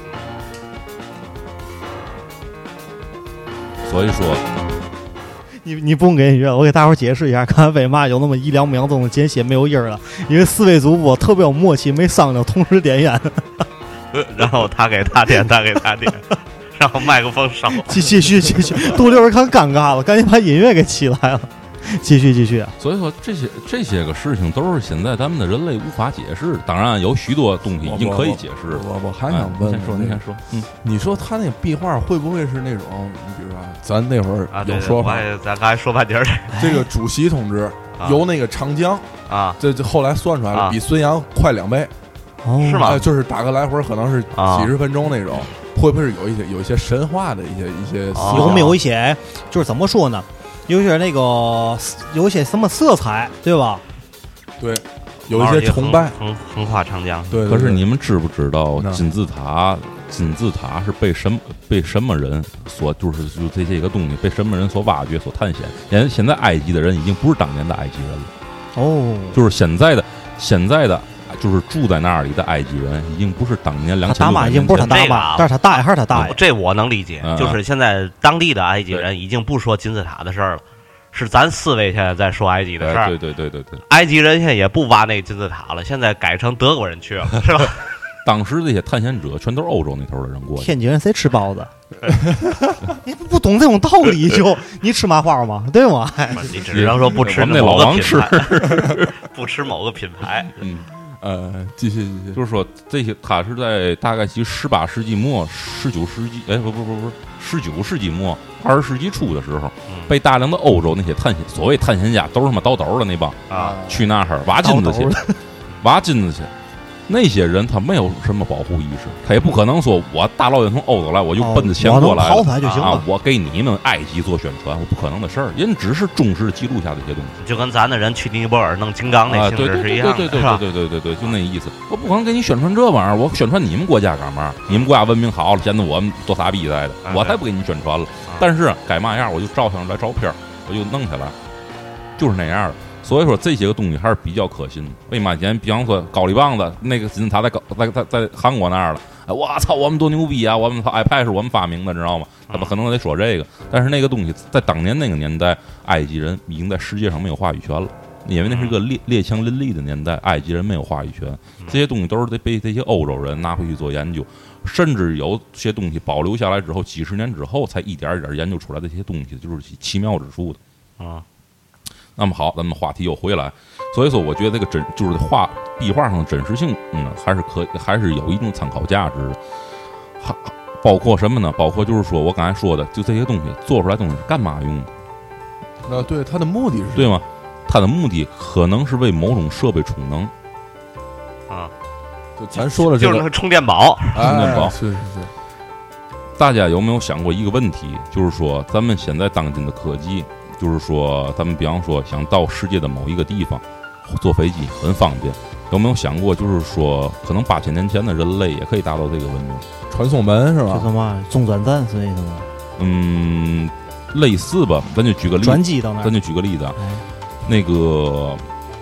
所以说， 你你不用给音乐，我给大伙儿解释一下，看为嘛有那么一两秒钟的间歇没有音儿了，因为四位主播特别有默契，没商量同时点烟， 然后他给他点，他给他点，然后麦克风烧。 继继续继续，杜六儿看尴尬了，赶紧把音乐给起来了。继续继续啊！ 所以说这些这些个事情都是现在咱们的人类无法解释的。当然有许多东西已经可以解释。 我我还想问， 你先说，你先说。嗯， 你说他那壁画会不会是那种？你比如说，咱那会儿有说法， 咱刚才说半截儿这个主席同志由那个长江啊， 这这后来算出来了，比孙杨快两倍， 是吗？ 就是打个来回可能是几十分钟那种，会不会是有一些有一些神话的一些一些？ 有没有一些就是怎么说呢？有些那个有一些什么色彩，对吧？ 对，有一些崇拜， 横横跨长江。 对， 可是你们知不知道金字塔金字塔是被什么被什么人所就是就这些个东西被什么人所挖掘所探险？现现在埃及的人已经不是当年的埃及人了， 哦， 就是现在的现在的就是住在那里的埃及人已经不是当年两千大妈已经不是他大妈，但是他大爷还是他大爷， 这我能理解。 嗯、 就是现在当地的埃及人已经不说金字塔的事儿了。是咱思维现在在说埃及的事儿、 哎，对对对对对， 埃及人现在也不挖那个金字塔了，现在改成德国人去了，是吧？ 当时这些探险者全都是欧洲那头的人过去。 天津人谁吃包子？你不懂这种道理就你吃麻花吗？对吗？ 你只能说不吃那老王吃， 不吃某个品牌。 嗯， 呃，继续继续， 就是说这些，他是在大概其十八世纪末、十九世纪，哎，不不不不，十九世纪末、二十世纪初的时候， 嗯、 被大量的欧洲那些探险，所谓探险家都是他妈倒斗的那帮啊， 去那儿挖金子去，挖金子去。那些人他没有什么保护意识，他也不可能说我大老远从欧洲来，我就奔着钱过来了、 哦、来就行了啊！我给你们埃及做宣传，我不可能的事儿。人只是忠实记录下这些东西， 就跟咱的人去尼泊尔弄金刚那性质是一样的， 对对对对对对对对，就那意思。我不可能给你宣传这玩意儿，我宣传你们国家干嘛？你们国家文明好了，显得我们多傻逼来的，我才不给你宣传了。但是该嘛样，我就照上来照片，我就弄下来，就是那样的。所以说这些个东西还是比较可信的。为嘛前比方说高丽棒子那个金字塔在在在在韩国那儿了，哎，我操，我们多牛逼啊！我们操 iPad 是我们发明的，知道吗？他们可能得说这个，但是那个东西在当年那个年代，埃及人已经在世界上没有话语权了，因为那是个列列强林立的年代，埃及人没有话语权。这些东西都是得被这些欧洲人拿回去做研究，甚至有些东西保留下来之后，几十年之后才一点一点研究出来的这些东西，就是奇妙之处的啊。 那么好，咱们话题又回来，所以说我觉得这个真就是画壁画上的真实性，嗯，还是可还是有一种参考价值的。还包括什么呢？包括就是说我刚才说的，就这些东西做出来的东西是干嘛用的？ 啊，对，它的目的是对吗？它的目的可能是为某种设备充能。 啊， 就咱说的这个就是充电宝， 充电宝、 哎、是是是。 大家有没有想过一个问题？就是说咱们现在当今的科技。就是说，咱们比方说想到世界的某一个地方，坐飞机很方便。有没有想过，就是说，可能八千年前的人类也可以达到这个文明？ 传送门是吧？ 这什么中转站之类的吗？ 嗯，类似吧。咱就举个例子， 转机到那儿， 咱就举个例子啊， 哎、 那个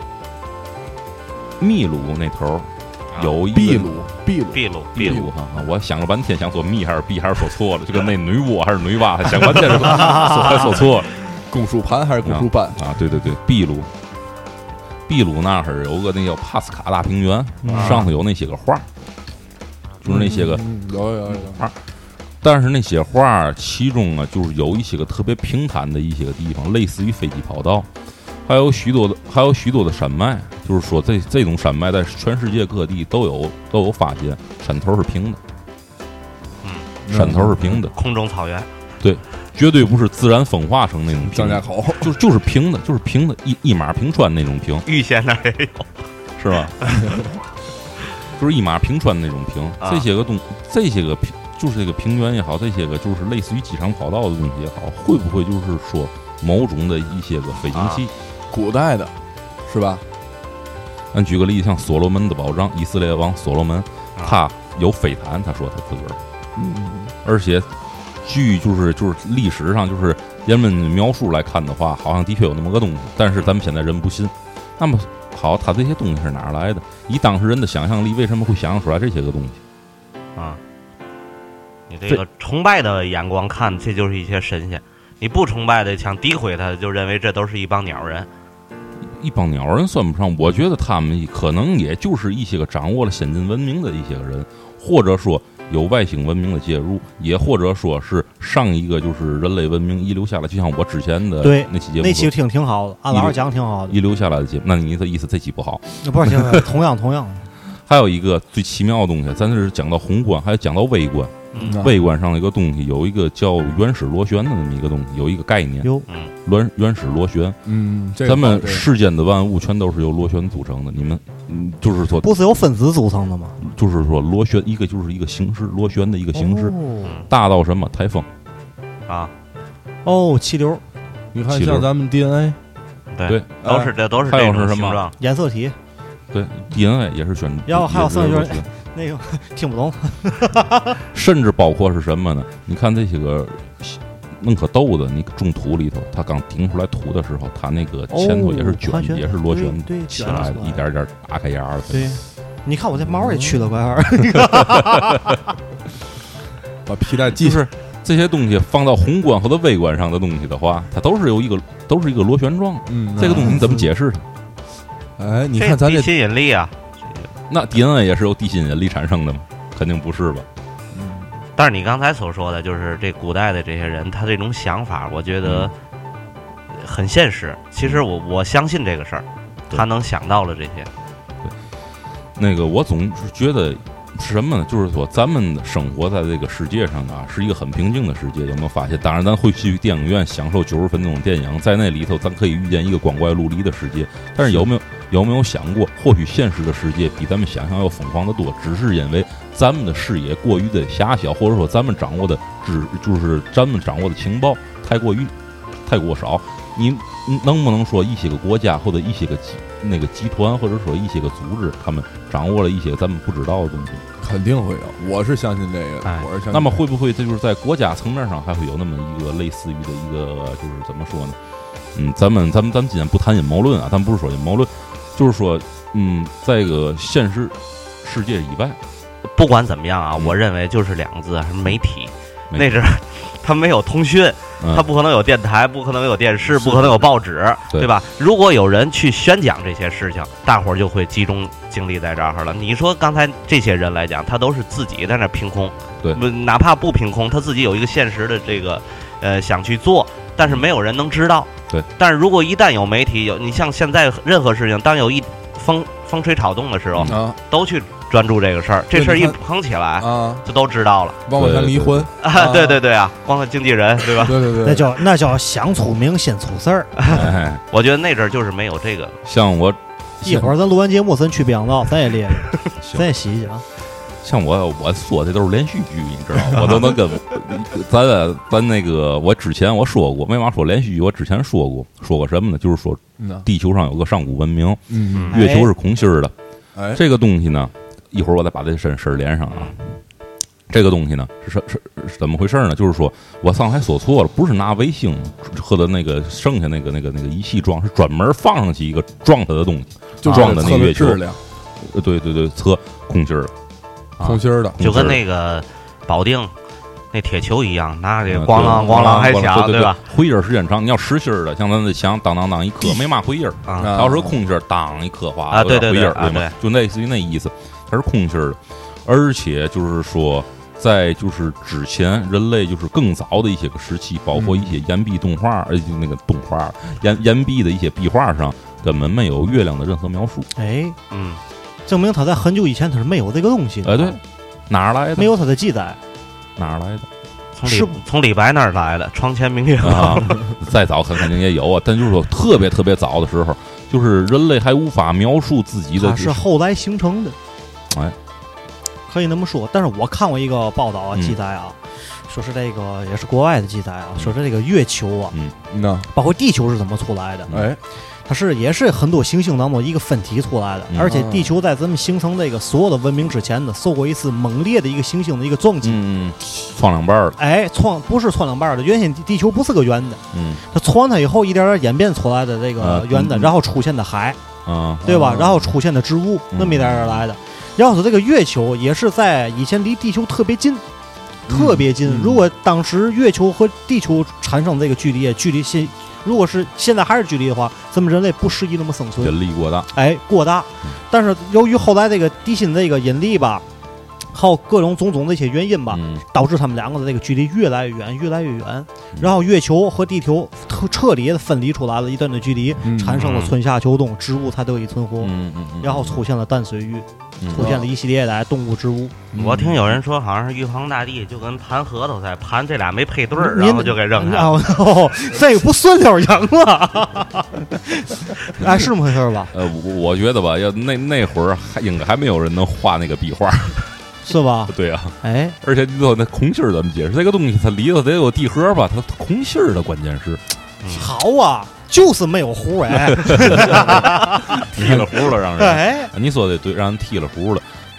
秘鲁那头有一秘鲁，秘鲁， 秘鲁， 秘鲁哈！我想了半天，想说秘还是秘，还是说错了，就跟那女娲还是女娲，想半天说还说错了。 公输盘还是公输班啊？对对对，秘鲁，秘鲁那儿有个那叫帕斯卡大平原，嗯、上头有那些个画，就是那些个、 嗯、有有有画。但是那些画其中啊，就是有一些个特别平坦的一些个地方，类似于飞机跑道，还有许多的还有许多的山脉。就是说这这种山脉在全世界各地都有都有发现，山头是平的， 嗯， 山头是平的， 空中草原， 对。绝对不是自然风化成那种张家口， 就是就是平的，就是平的，一一马平川那种平。 玉县那也有， 是吧？就是一马平川那种平。 啊、 这些个东，这些个平，就是这个平原也好，这些个就是类似于机场跑道的东西也好，会不会就是说某种的一些个飞行器？ 啊、古代的，是吧？ 咱举个例子，像所罗门的宝藏，以色列王所罗门， 啊、 他有飞弹，他说他自个儿， 嗯， 而且。据就是就是历史上就是人们描述来看的话，好像的确有那么个东西，但是咱们现在人不信。那么好，他这些东西是哪儿来的？以当事人的想象力，为什么会想象出来这些个东西？ 啊，你这个崇拜的眼光看，这就是一些神仙；你不崇拜的，想诋毁他，就认为这都是一帮鸟人。 一帮鸟人算不上，我觉得他们可能也就是一些个掌握了先进文明的一些个人，或者说。有外星文明的介入，也或者说是上一个就是人类文明遗留下来，就像我之前的那期节目， 那期听挺好的，按老师讲挺好的， 遗留下来的节目。那你的意思这期不好？ 不是，同样同样。 还有一个最奇妙的东西，咱这是讲到宏观，还有讲到微观。 嗯、 微观上的一个东西，有一个叫原始螺旋的那么一个东西，有一个概念。 有， 原原始螺旋。 嗯，这咱们世间的万物全都是由螺旋组成的。你们，嗯，就是说， 不是由分子组成的吗？ 就是说，螺旋一个就是一个形式，螺旋的一个形式， 哦、 大到什么台风啊， 哦，气流。 你看，像咱们 D N A， 对， 对都是这都是还有是什么染色体？ 对 ，D N A 也是选。 然后还有剩下就是那个听不懂。 甚至包括是什么呢？你看这些个弄颗豆子，你种土里头，它刚顶出来土的时候，它那个前头也是卷， 哦、 也是螺旋对起来的，一点点打开芽儿。 对，你看我这毛也去了块儿， 把皮带系就是这些东西放到宏观或者微观上的东西的话，它都是有一个都是一个螺旋状。 嗯， 这个东西你怎么解释它？哎，你看咱这地心引力啊， 那 D N A 也是由地心引力产生的吗？肯定不是吧。 嗯， 但是你刚才所说的，就是这古代的这些人，他这种想法，我觉得很现实。其实我我相信这个事儿，他能想到了这些。 对，那个我总是觉得是什么呢？就是说咱们生活在这个世界上啊，是一个很平静的世界。有没有发现？当然，咱会去电影院享受九十分钟的电影，在那里头咱可以遇见一个光怪陆离的世界。但是有没有有没有想过，或许现实的世界比咱们想象要疯狂的多，只是因为咱们的视野过于的狭小，或者说咱们掌握的知就是咱们掌握的情报太过于太过少。你能不能说一些个国家或者一些个集那个集团，或者说一些个组织，他们掌握了一些咱们不知道的东西？ 肯定会有，我是相信这个。 哎、 我是相信。 那么会不会这就是在国家层面上还会有那么一个类似于的一个，就是怎么说呢？嗯，咱们咱们咱们今天不谈阴谋论啊，咱们不是说阴谋论，就是说，嗯，在一个现实世界以外， 不管怎么样啊， 嗯、 我认为就是两个字，是媒体。 媒体那是他没有通讯。他不可能有电台，不可能有电视，不可能有报纸，对吧？如果有人去宣讲这些事情，大伙儿就会集中精力在这儿了。你说刚才这些人来讲，他都是自己在那凭空， 对， 哪怕不凭空，他自己有一个现实的这个呃想去做，但是没有人能知道。 对。 但是如果一旦有媒体有，你像现在任何事情，当有一风风吹草动的时候， 啊， 都去专注这个事儿，这事儿一捧起来啊， 就都知道了。 汪伟谈离婚啊，对对对啊，光看经纪人，对吧？ 对对对， 那叫那叫想出名先出事儿。 哎， 我觉得那阵儿就是没有这个。 像我一会儿咱录完节目，咱去北洋道，咱也列列，咱也洗洗啊。 像我我说的都是连续剧，你知道吗？我都能跟咱咱那个我之前我说过，没嘛说连续剧，我之前说过说过什么呢？就是说地球上有个上古文明， 嗯， 月球是空心儿的。 哎， 这个东西呢，一会儿我再把这事事儿连上啊。这个东西呢是是是是怎么回事呢？就是说我刚才说错了，不是拿卫星和的那个剩下那个那个那个仪器装，是专门放上去一个装它的东西， 就装的那个月球。 质量， 呃，对对对，测空心儿的， 空心儿的， 就跟那个保定那铁球一样，拿这嗯咣啷咣啷还响， 对吧？ 回音儿时间长，你要实心儿的，像咱这响当当当一颗，没嘛回音儿啊。 它要是空心儿，当一颗哗， 啊，对对回音儿， 对吗？就类似于那意思，它是空心儿的，而且就是说。在就是之前，人类就是更早的一些个时期，包括一些岩壁动画，呃、嗯，那个动画岩岩壁的一些壁画上，根本没有月亮的任何描述。 哎， 嗯， 证明他在很久以前他是没有这个东西的。 哎，对，哪儿来的？ 没有他的记载， 哪儿来的？ 从李从李白那儿来的，床前明月啊。再早肯肯定也有啊，但就是说特别特别早的时候，就是人类还无法描述自己的， 它是后来形成的。 哎。 可以那么说，但是我看过一个报道啊， 嗯、 记载啊，说是这个也是国外的记载啊，嗯、说是这个月球啊， 嗯， 那包括地球是怎么出来的？ 哎， 它是也是很多行星当中一个分体出来的， 嗯、 而且地球在咱们形成这个所有的文明之前呢，受过一次猛烈的一个行星的一个撞击， 嗯，撞两半了。 哎，撞不是撞两半的，原先地球不是个圆的， 嗯， 它撞它以后一点点演变出来的这个圆的， 嗯、 然后出现的海， 啊， 对吧？然后出现的植物，那么一点点来的。然后说这个月球也是在以前离地球特别近，特别近。 嗯、 如果当时月球和地球产生这个距离，距离现如果是现在还是距离的话，咱们人类不适宜那么生存， 引力过大， 哎，过大。但是由于后来这个地心这个引力吧，还有各种种种的一些原因吧， 嗯、 导致他们两个的这个距离越来越远，越来越远。嗯、然后月球和地球彻底的分离出来了一段的距离， 嗯、 产生了春夏秋冬，植物才得以存活。 嗯嗯嗯、 然后出现了淡水鱼。出现了一系列的动物植物。 嗯、我听有人说，好像是玉皇大帝就跟盘核桃在盘这俩没配对儿，然后就给扔下。 哦，哦这个不顺溜赢了。哎，是这么回事吧？ 呃，我我觉得吧，要那那会儿还应该还没有人能画那个壁画， 是吧？ 对啊。 哎， 而且你说那空心儿怎么解释？这个东西它里头得有地核吧？它空心儿的关键是。 嗯、好啊。就是没有糊哎， 剃了糊了让人。 哎， 你说的对，让人剃了糊了。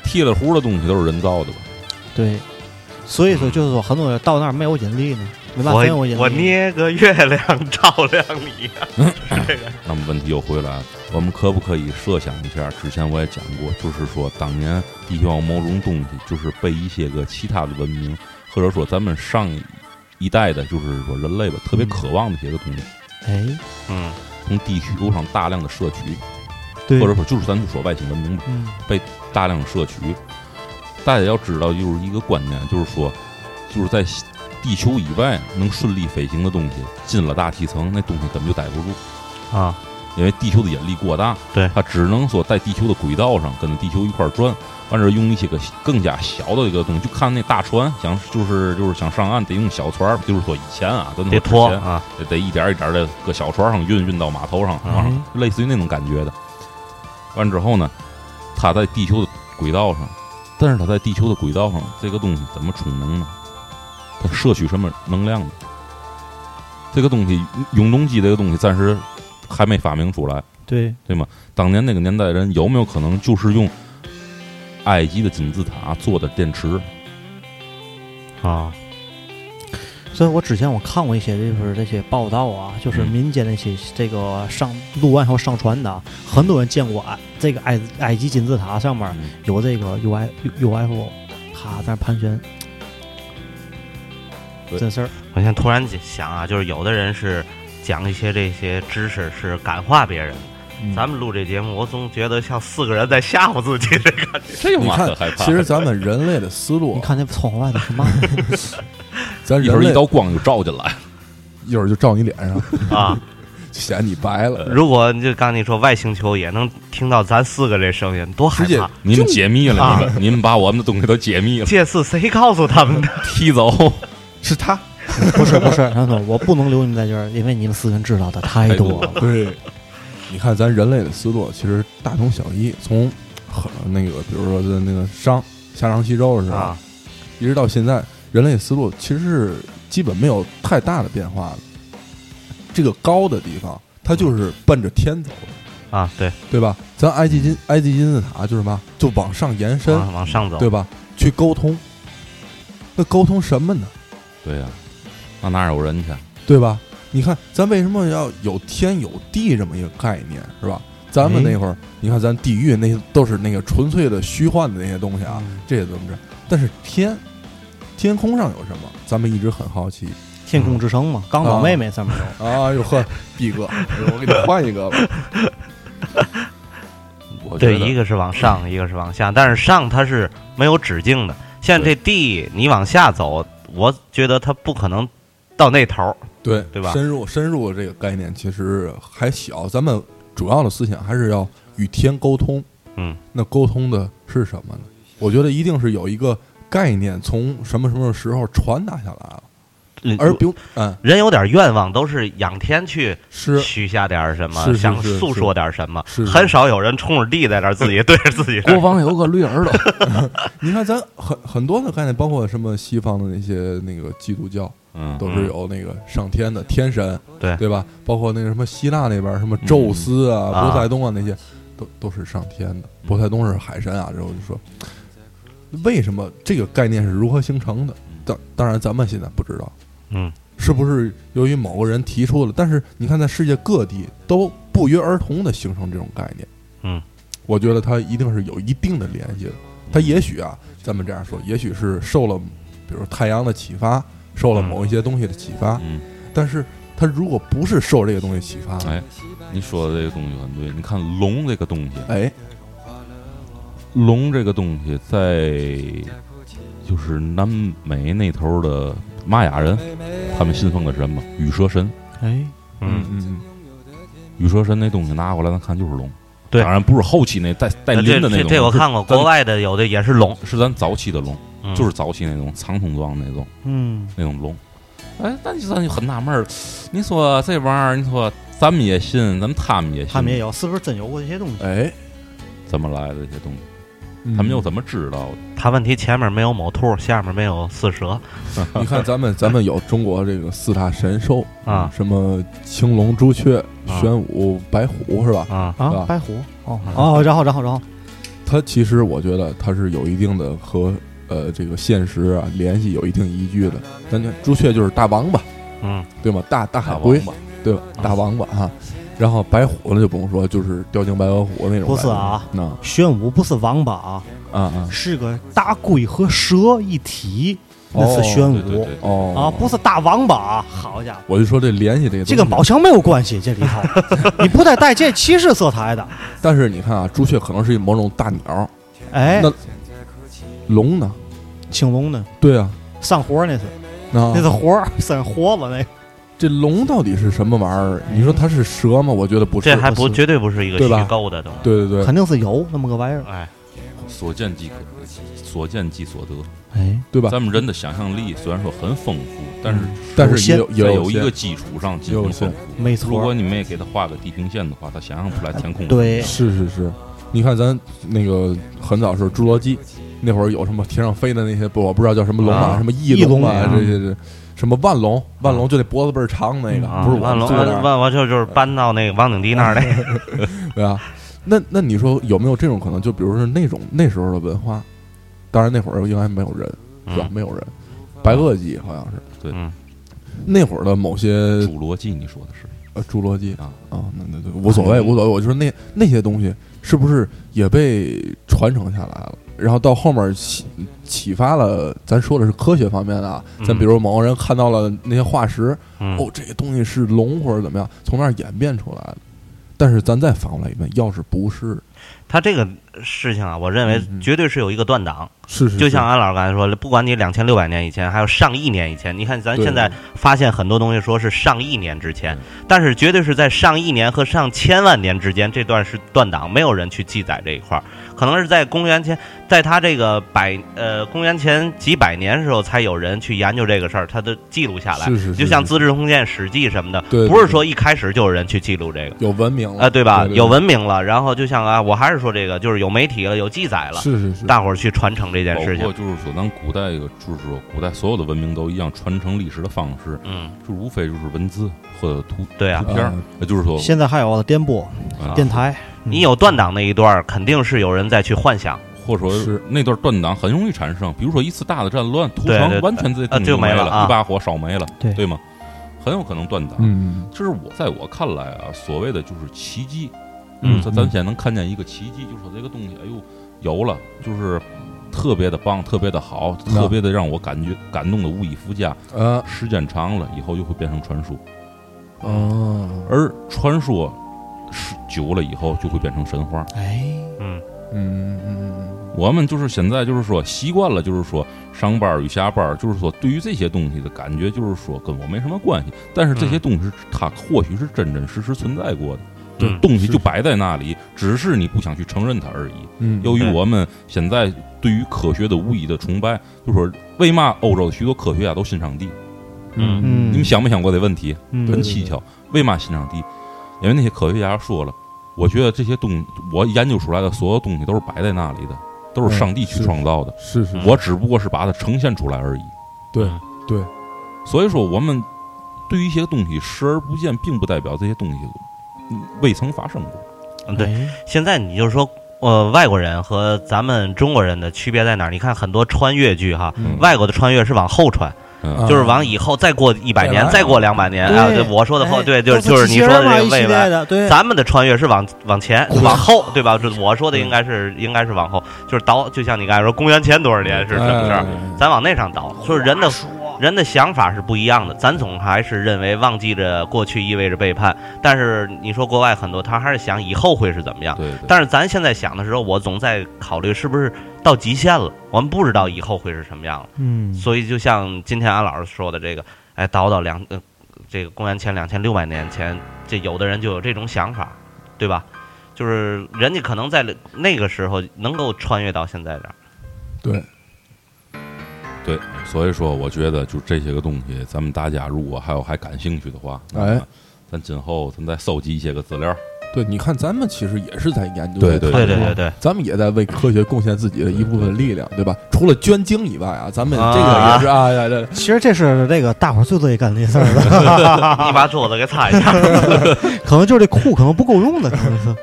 剃了弧的东西都是人造的吧？ 对，所以说就是说很多人到那儿没有引力呢，没办法我有引力。 我捏个月亮照亮你、啊嗯、这个。 那么问题又回来了，我们可不可以设想一下？之前我也讲过，就是说当年地球上某种东西，就是被一些个其他的文明，或者说咱们上一代的，就是说人类吧，特别渴望的一些个东西。 哎， 嗯，从地球上大量的摄取， 对， 或者说就是咱就说外星文明吧， 嗯， 被大量摄取。大家要知道，就是一个观念，就是说，就是在地球以外能顺利飞行的东西，进了大气层，那东西根本就待不住啊， 因为地球的引力过大， 对， 它只能说在地球的轨道上跟着地球一块儿转，完事用一些个更加小的一个东西，就看那大船，想就是就是想上岸得用小船，就是说以前啊， 得拖啊， 得得一点一点的搁小船上运运到码头上，啊， 嗯， 类似于那种感觉的。完之后呢，它在地球的轨道上。但是它在地球的轨道上，这个东西怎么充能呢？它摄取什么能量呢？这个东西，永动机这个东西暂时还没发明出来， 对对吗？当年那个年代人有没有可能就是用埃及的金字塔做的电池啊？ 所以我之前我看过一些就是这些报道啊，就是民间那些这个上录完后上传的，很多人见过埃这个埃埃及金字塔上面有这个 U I U F O， 哈在那盘旋，真事儿。 我现在突然想啊，就是有的人是讲一些这些知识是感化别人。嗯、咱们录这节目，我总觉得像四个人在吓唬自己这感觉。 这有嘛可害怕？ 其实咱们人类的思路， 你看那窗户外的是嘛？ 咱一会儿一道光就照进来， 一会儿就照你脸上啊， 就显你白了。 如果就刚你说外星球也能听到咱四个这声音，多害怕！ 你们解密了， 啊、 你们你们把我们的东西都解密了。 这次谁告诉他们的？ 踢走是他， 不是不是，他说我不能留你们在这儿，因为你们四个人知道的太多了。 对。你看，咱人类的思路其实大同小异，从那个比如说在那个商夏商西周的时候，啊、一直到现在，人类思路其实是基本没有太大的变化的。这个高的地方，它就是奔着天走的啊，对对吧？咱埃及金埃及金字塔就是什么，就往上延伸， 啊、往上走， 对吧？去沟通，那沟通什么呢？ 对呀、啊，那哪有人去？ 对吧？你看，咱为什么要有天有地这么一个概念，是吧？咱们那会儿，嗯、你看咱地狱那些都是那个纯粹的虚幻的那些东西啊，嗯、这些怎么着？但是天，天空上有什么？咱们一直很好奇。 天空之城嘛，钢岛妹妹上面有。 啊，哟呵，毕哥，我给你换一个吧。 对，一个是往上，一个是往下，但是上它是没有止境的。像这地，你往下走，我觉得它不可能到那头。 对对吧？ 深入深入这个概念其实还小，咱们主要的思想还是要与天沟通。 嗯， 那沟通的是什么呢？我觉得一定是有一个概念从什么什么时候传达下来了。 嗯、 而比如，嗯， 人有点愿望，都是仰天去是许下点什么， 是是想诉说点什么， 是是很少有人冲着地在那自己对着自己。 国防有个绿耳朵。 你看，咱很很多的概念，包括什么西方的那些那个基督教。 嗯， 都是有那个上天的天神， 对对吧？包括那个什么希腊那边什么宙斯啊、 嗯、 波塞冬啊那些，都都是上天的。波塞冬是海神啊，之后就说，为什么这个概念是如何形成的？当当然咱们现在不知道， 嗯， 是不是由于某个人提出了？但是你看，在世界各地都不约而同的形成这种概念， 嗯， 我觉得它一定是有一定的联系的。它也许啊，咱们这样说，也许是受了比如太阳的启发。受了某一些东西的启发， 嗯， 但是他如果不是受这个东西启发， 哎，你说的这个东西很对。你看龙这个东西， 哎， 龙这个东西在就是南美那头的玛雅人，他们信奉的是什么？羽蛇神。 哎， 嗯嗯嗯， 羽蛇神那东西拿过来，咱看就是龙。 对， 当然不是后期那带带鳞的那种。 这这我看过，国外的有的也是龙， 是咱早期的龙。 嗯、 就是早期那种长筒状那种， 嗯， 那种龙。哎，但咱就很纳闷儿，你说这玩意儿，你说咱们也信，咱们他们也信， 他们也有，是不是真有过这些东西？ 哎， 怎么来的这些东西？ 嗯、 他们又怎么知道的？ 他问题前面没有某兔，下面没有四蛇。 你看咱们咱们有中国这个四大神兽啊， 什么青龙、朱雀、玄武、白虎是吧？ 啊啊，白虎哦哦，然后然后然后。 它其实我觉得它是有一定的和呃这个现实啊联系有一定依据的。咱看朱雀就是大王八， 嗯， 对吗？大大海龟，对吧？大王八哈。然后白虎呢就不用说，就是雕精白额虎那种。 不是啊， 那玄武不是王八啊， 啊啊， 是个大龟和蛇一体，那是玄武哦啊，不是大王八啊。好家伙， 我就说这联系这个， 这跟宝强没有关系，这里头你不带带这歧视色彩的。 但是你看啊，朱雀可能是某种大鸟， 哎， 那龙呢？ 青龙呢？ 对啊， 上活那是， 那那是活生活了那个。 这龙到底是什么玩意儿？你说它是蛇吗？我觉得不是， 这还不绝对不是一个虚构的东西。 对对对， 肯定是有那么个玩意儿。 哎， 所见即可，所见即所得， 哎， 对吧？ 咱们人的想象力虽然说很丰富，但是但是也有在有一个基础上进行丰富。 没错， 如果你没给他画个地平线的话，他想象不出来天空。 对， 是是是。你看咱那个很早时候侏罗纪那会儿有什么天上飞的那些不我不知道叫什么龙啊，什么翼龙啊，这些这。什么万龙，万龙就那脖子倍儿长那个， 啊、 不是万龙，万万就就是搬到那个王景迪那儿的， 对啊。那那你说有没有这种可能？就比如说那种那时候的文化，当然那会儿应该没有人，是吧？ 嗯、 没有人，白垩纪好像是对， 嗯， 那会儿的某些侏罗纪，你说的是呃侏罗纪啊啊，那那对无所谓无所谓。我就说那那些东西是不是也被传承下来了？然后到后面启启发了，咱说的是科学方面的啊。咱比如某个人看到了那些化石， 嗯、 哦，这个东西是龙或者怎么样，从那儿演变出来的。但是咱再反过来一问，要是不是， 他这个事情啊，我认为绝对是有一个断档。 是是， 就像安老师刚才说的，不管你两千六百年以前，还有上亿年以前，你看咱现在发现很多东西说是上亿年之前，但是绝对是在上亿年和上千万年之间，这段是断档，没有人去记载这一块儿。可能是在公元前，在他这个百呃公元前几百年的时候，才有人去研究这个事儿，他都记录下来。 是是是， 就像《资治通鉴》《史记》什么的， 对， 不是说一开始就有人去记录这个， 有文明了啊、呃，对吧？ 对对对， 有文明了，然后就像啊，我还是说这个，就是有媒体了，有记载了， 是是是， 大伙儿去传承这件事情。 包括就是说，咱古代一个，就是说，古代所有的文明都一样，传承历史的方式， 嗯， 就无非就是文字或者图对啊图片儿， 呃、 就是说， 现在还有电波、 啊、 电台。 你有断档那一段，肯定是有人在去幻想， 或者说是那段断档很容易产生。比如说一次大的战乱，屠对城完全这东西就没了， 了，一把火烧没了， 对对吗？很有可能断档。 嗯， 这是我在我看来啊，所谓的就是奇迹。 嗯， 咱咱现在能看见一个奇迹，就是说这个东西，哎呦，有了，就是特别的棒，特别的好，特别的让我感觉感动的无以复加。 呃， 时间长了以后又会变成传说。 哦， 而传说是久了以后就会变成神话。 哎， 嗯嗯嗯， 我们就是现在就是说习惯了，就是说上班与下班，就是说对于这些东西的感觉，就是说跟我没什么关系。但是这些东西是它或许是真真实实存在过的， 嗯、 就东西就摆在那里，只是你不想去承认它而已。 嗯， 由于我们现在对于科学的无意的崇拜，就说为嘛欧洲的许多科学家都信上帝？ 嗯嗯， 你们想没想过这问题？ 嗯、 很蹊跷，为嘛信上帝？因为那些科学家说了，我觉得这些东西，我研究出来的所有东西都是摆在那里的，都是上帝去创造的。 是 是, 是， 我只不过是把它呈现出来而已。 对对， 所以说我们对于一些东西视而不见，并不代表这些东西未曾发生过。 嗯，对。现在你就说。呃，外国人和咱们中国人的区别在哪儿？你看很多穿越剧哈， 嗯、 外国的穿越是往后穿， 嗯、 就是往以后再过一百年，再, 再过两百年啊。对，我说的后，对，就是就是你说的这个未来。 对， 咱们的穿越是往往前、往后，对吧？我说的应该是应该是往后，就是倒，就像你刚才说，公元前多少年是什么事儿，咱往那上倒，就是人的。人的想法是不一样的，咱总还是认为忘记着过去意味着背叛，但是你说国外很多他还是想以后会是怎么样， 对对， 但是咱现在想的时候，我总在考虑是不是到极限了，我们不知道以后会是什么样了， 嗯， 所以就像今天安老师说的这个，哎，倒到两呃这个公元前两千六百年前，这有的人就有这种想法，对吧？就是人家可能在那个时候能够穿越到现在这儿， 对。 对，所以说我觉得就这些个东西，咱们大家如果还有还感兴趣的话， 哎， 咱今后咱再搜集一些个资料。 对，你看咱们其实也是在研究， 对对对对对对， 咱们也在为科学贡献自己的一部分力量，对吧？除了捐精以外啊，咱们这个也是啊呀，这其实这是这个大伙儿最乐意干这事儿的。 你把桌子给擦一下， 可能就是这库可能不够用的，可能是。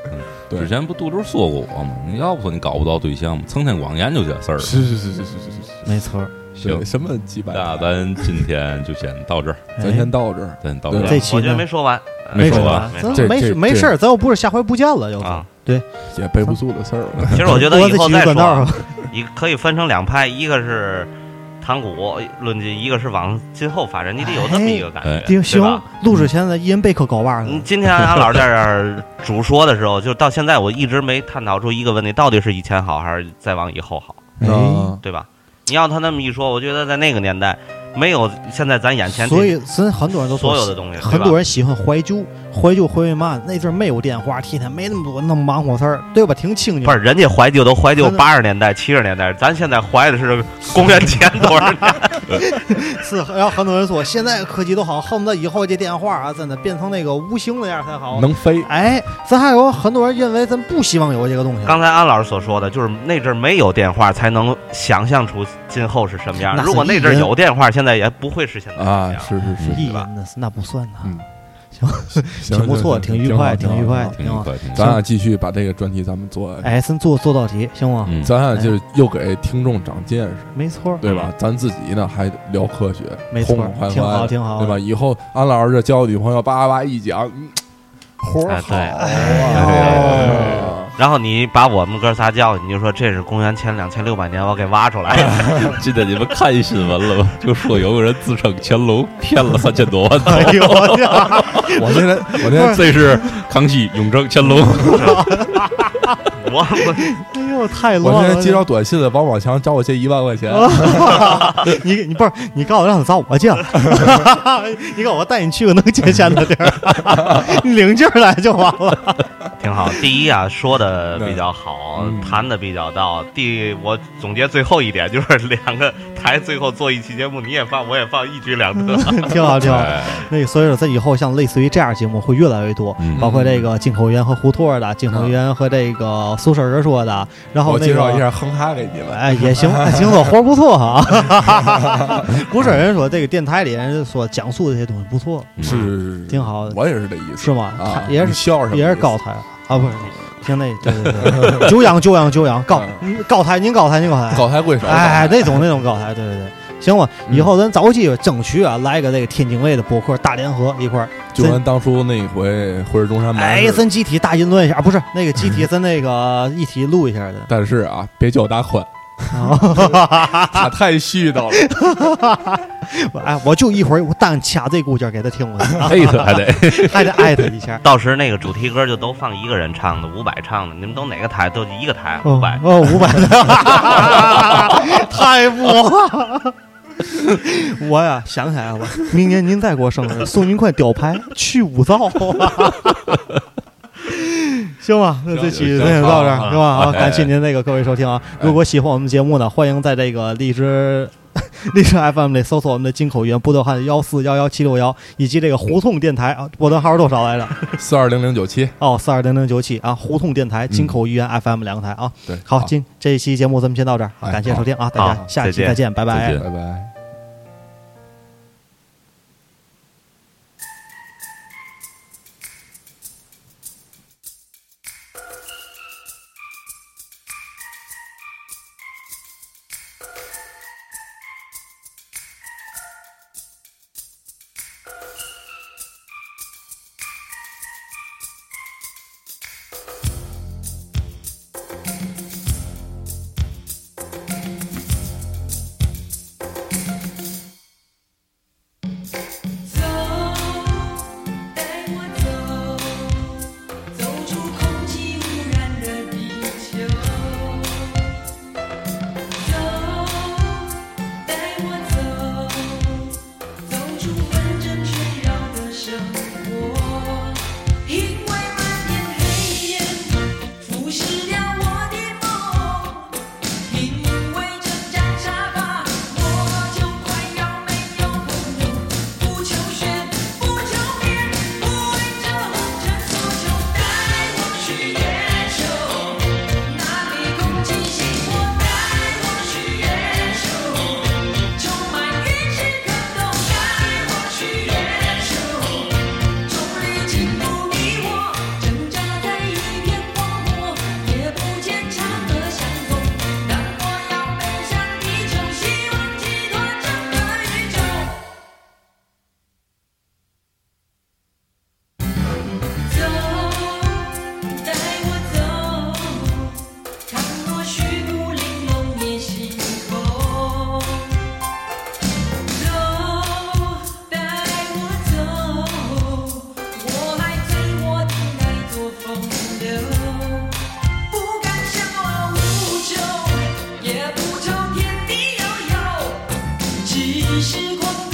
之前不杜刘说过我吗？你要不说你搞不到对象吗？成天光研究这事儿。 是是是是是是是， 没错。 行，什么几百？ 那咱今天就先到这儿， 咱先到这儿， 咱到这儿。 这期我觉得没说完， 没说完， 这没没事儿，咱又不是下回不见了，又啊， 对， 也背不住的事儿。 其实我觉得以后再说，一可以分成两派，一个是谈古论今，一个是往今后发展，你得有这么一个感觉， 对行，录之前的一人背颗高袜子。 今天俺老师在这儿主说的时候，就到现在我一直没探讨出一个问题，到底是以前好还是再往以后好， 哎， 对吧？你要他那么一说，我觉得在那个年代没有现在咱眼前， 所以咱很多人都说所有的东西， 很多人喜欢怀旧，怀旧回味嘛。那阵没有电话，天天没那么多那么忙活事儿，对吧？挺清静。 不是，人家怀旧都怀旧八十年代、七十年代，咱现在怀的是公元前多少年？ 是，然后很多人说现在科技都好，恨不得以后这电话啊，真的变成那个无形那样才好， 能飞。 哎，咱还有很多人认为咱不希望有这个东西。 刚才安老师所说的，就是那阵没有电话，才能想象出今后是什么样。如果那阵有电话，现在也不会是现在啊，是是是， 艺人那是那不算呐。 嗯， 行，挺不错，挺愉快，挺愉快， 挺愉快。 咱俩继续把这个专题咱们做， 哎，咱做做到底，行吗？ 咱俩就是又给听众长见识， 没错， 对吧？咱自己呢还聊科学， 没错，挺好，挺好， 对吧？以后安老师这交女朋友叭叭一讲，活好啊。 然后你把我们哥仨叫，你就说这是公元前两千六百年，我给挖出来了。 记得你们看新闻了吗？就说有个人自称乾隆骗了三千多万。 哎呦我天！ 我那天我那天这是康熙、雍正、乾隆。 我我哎呦太乱了！ 我那天接到短信的王宝强找我借一万块钱。 你你不是你告诉我让他找我借，你告诉我带你去个能借钱的地儿，你领劲儿来就完了。 挺好。第一啊，说的比较好，嗯、谈的比较到。第我总结最后一点就是两个台最后做一期节目，你也放我也放，一举两得， 挺好挺好。那个所以说，咱以后像类似于这样节目会越来越多， 嗯、 包括这个进口员和胡托的，进口员和这个宿舍人说的，然后、那个、 我介绍一下哼哈给你们， 哎也行，行走活不错哈。不是人说这个电台里人说讲述这些东西不错， 是挺好。 我也是这意思， 是吗？ 啊、 也是笑什么？ 也是高台。啊，不是，听那，对对对，久仰久仰久仰，高高台，您高台，您高台， 高台贵少？ 哎，那种那种高台，对对对，行吧，以后咱找机会争取啊，来个这个天津卫的播客大联合一块儿， 就跟当初那回回中山班， 哎，咱集体大议论一下，不是那个集体，咱那个一体录一下的。 但是啊，别叫大宽。他太絮叨了， 哎，我就一会儿我单掐这股劲儿给他听过去， 艾特还得还得艾特一下。 到时那个主题歌就都放一个人唱的，伍佰唱的，你们都哪个台？都一个台，伍佰哦，伍佰的，太不好。我呀想起来了，明年您再给我生日，送您块雕牌去五灶。行吧，那这期咱就到这儿，是吧？好，感谢您那个各位收听啊！如果喜欢我们节目呢，欢迎在这个荔枝荔枝 F M 里搜索我们的进口语言波多汉幺四幺幺七六幺，以及这个胡同电台啊，波段号是多少来着？ 四二零零九七哦，四二零零九七啊，胡同电台、进口语言 F M 两个台啊。 对， 好，今这一期节目咱们先到这儿，感谢收听啊，大家下期再见，拜拜， 拜拜。 时光。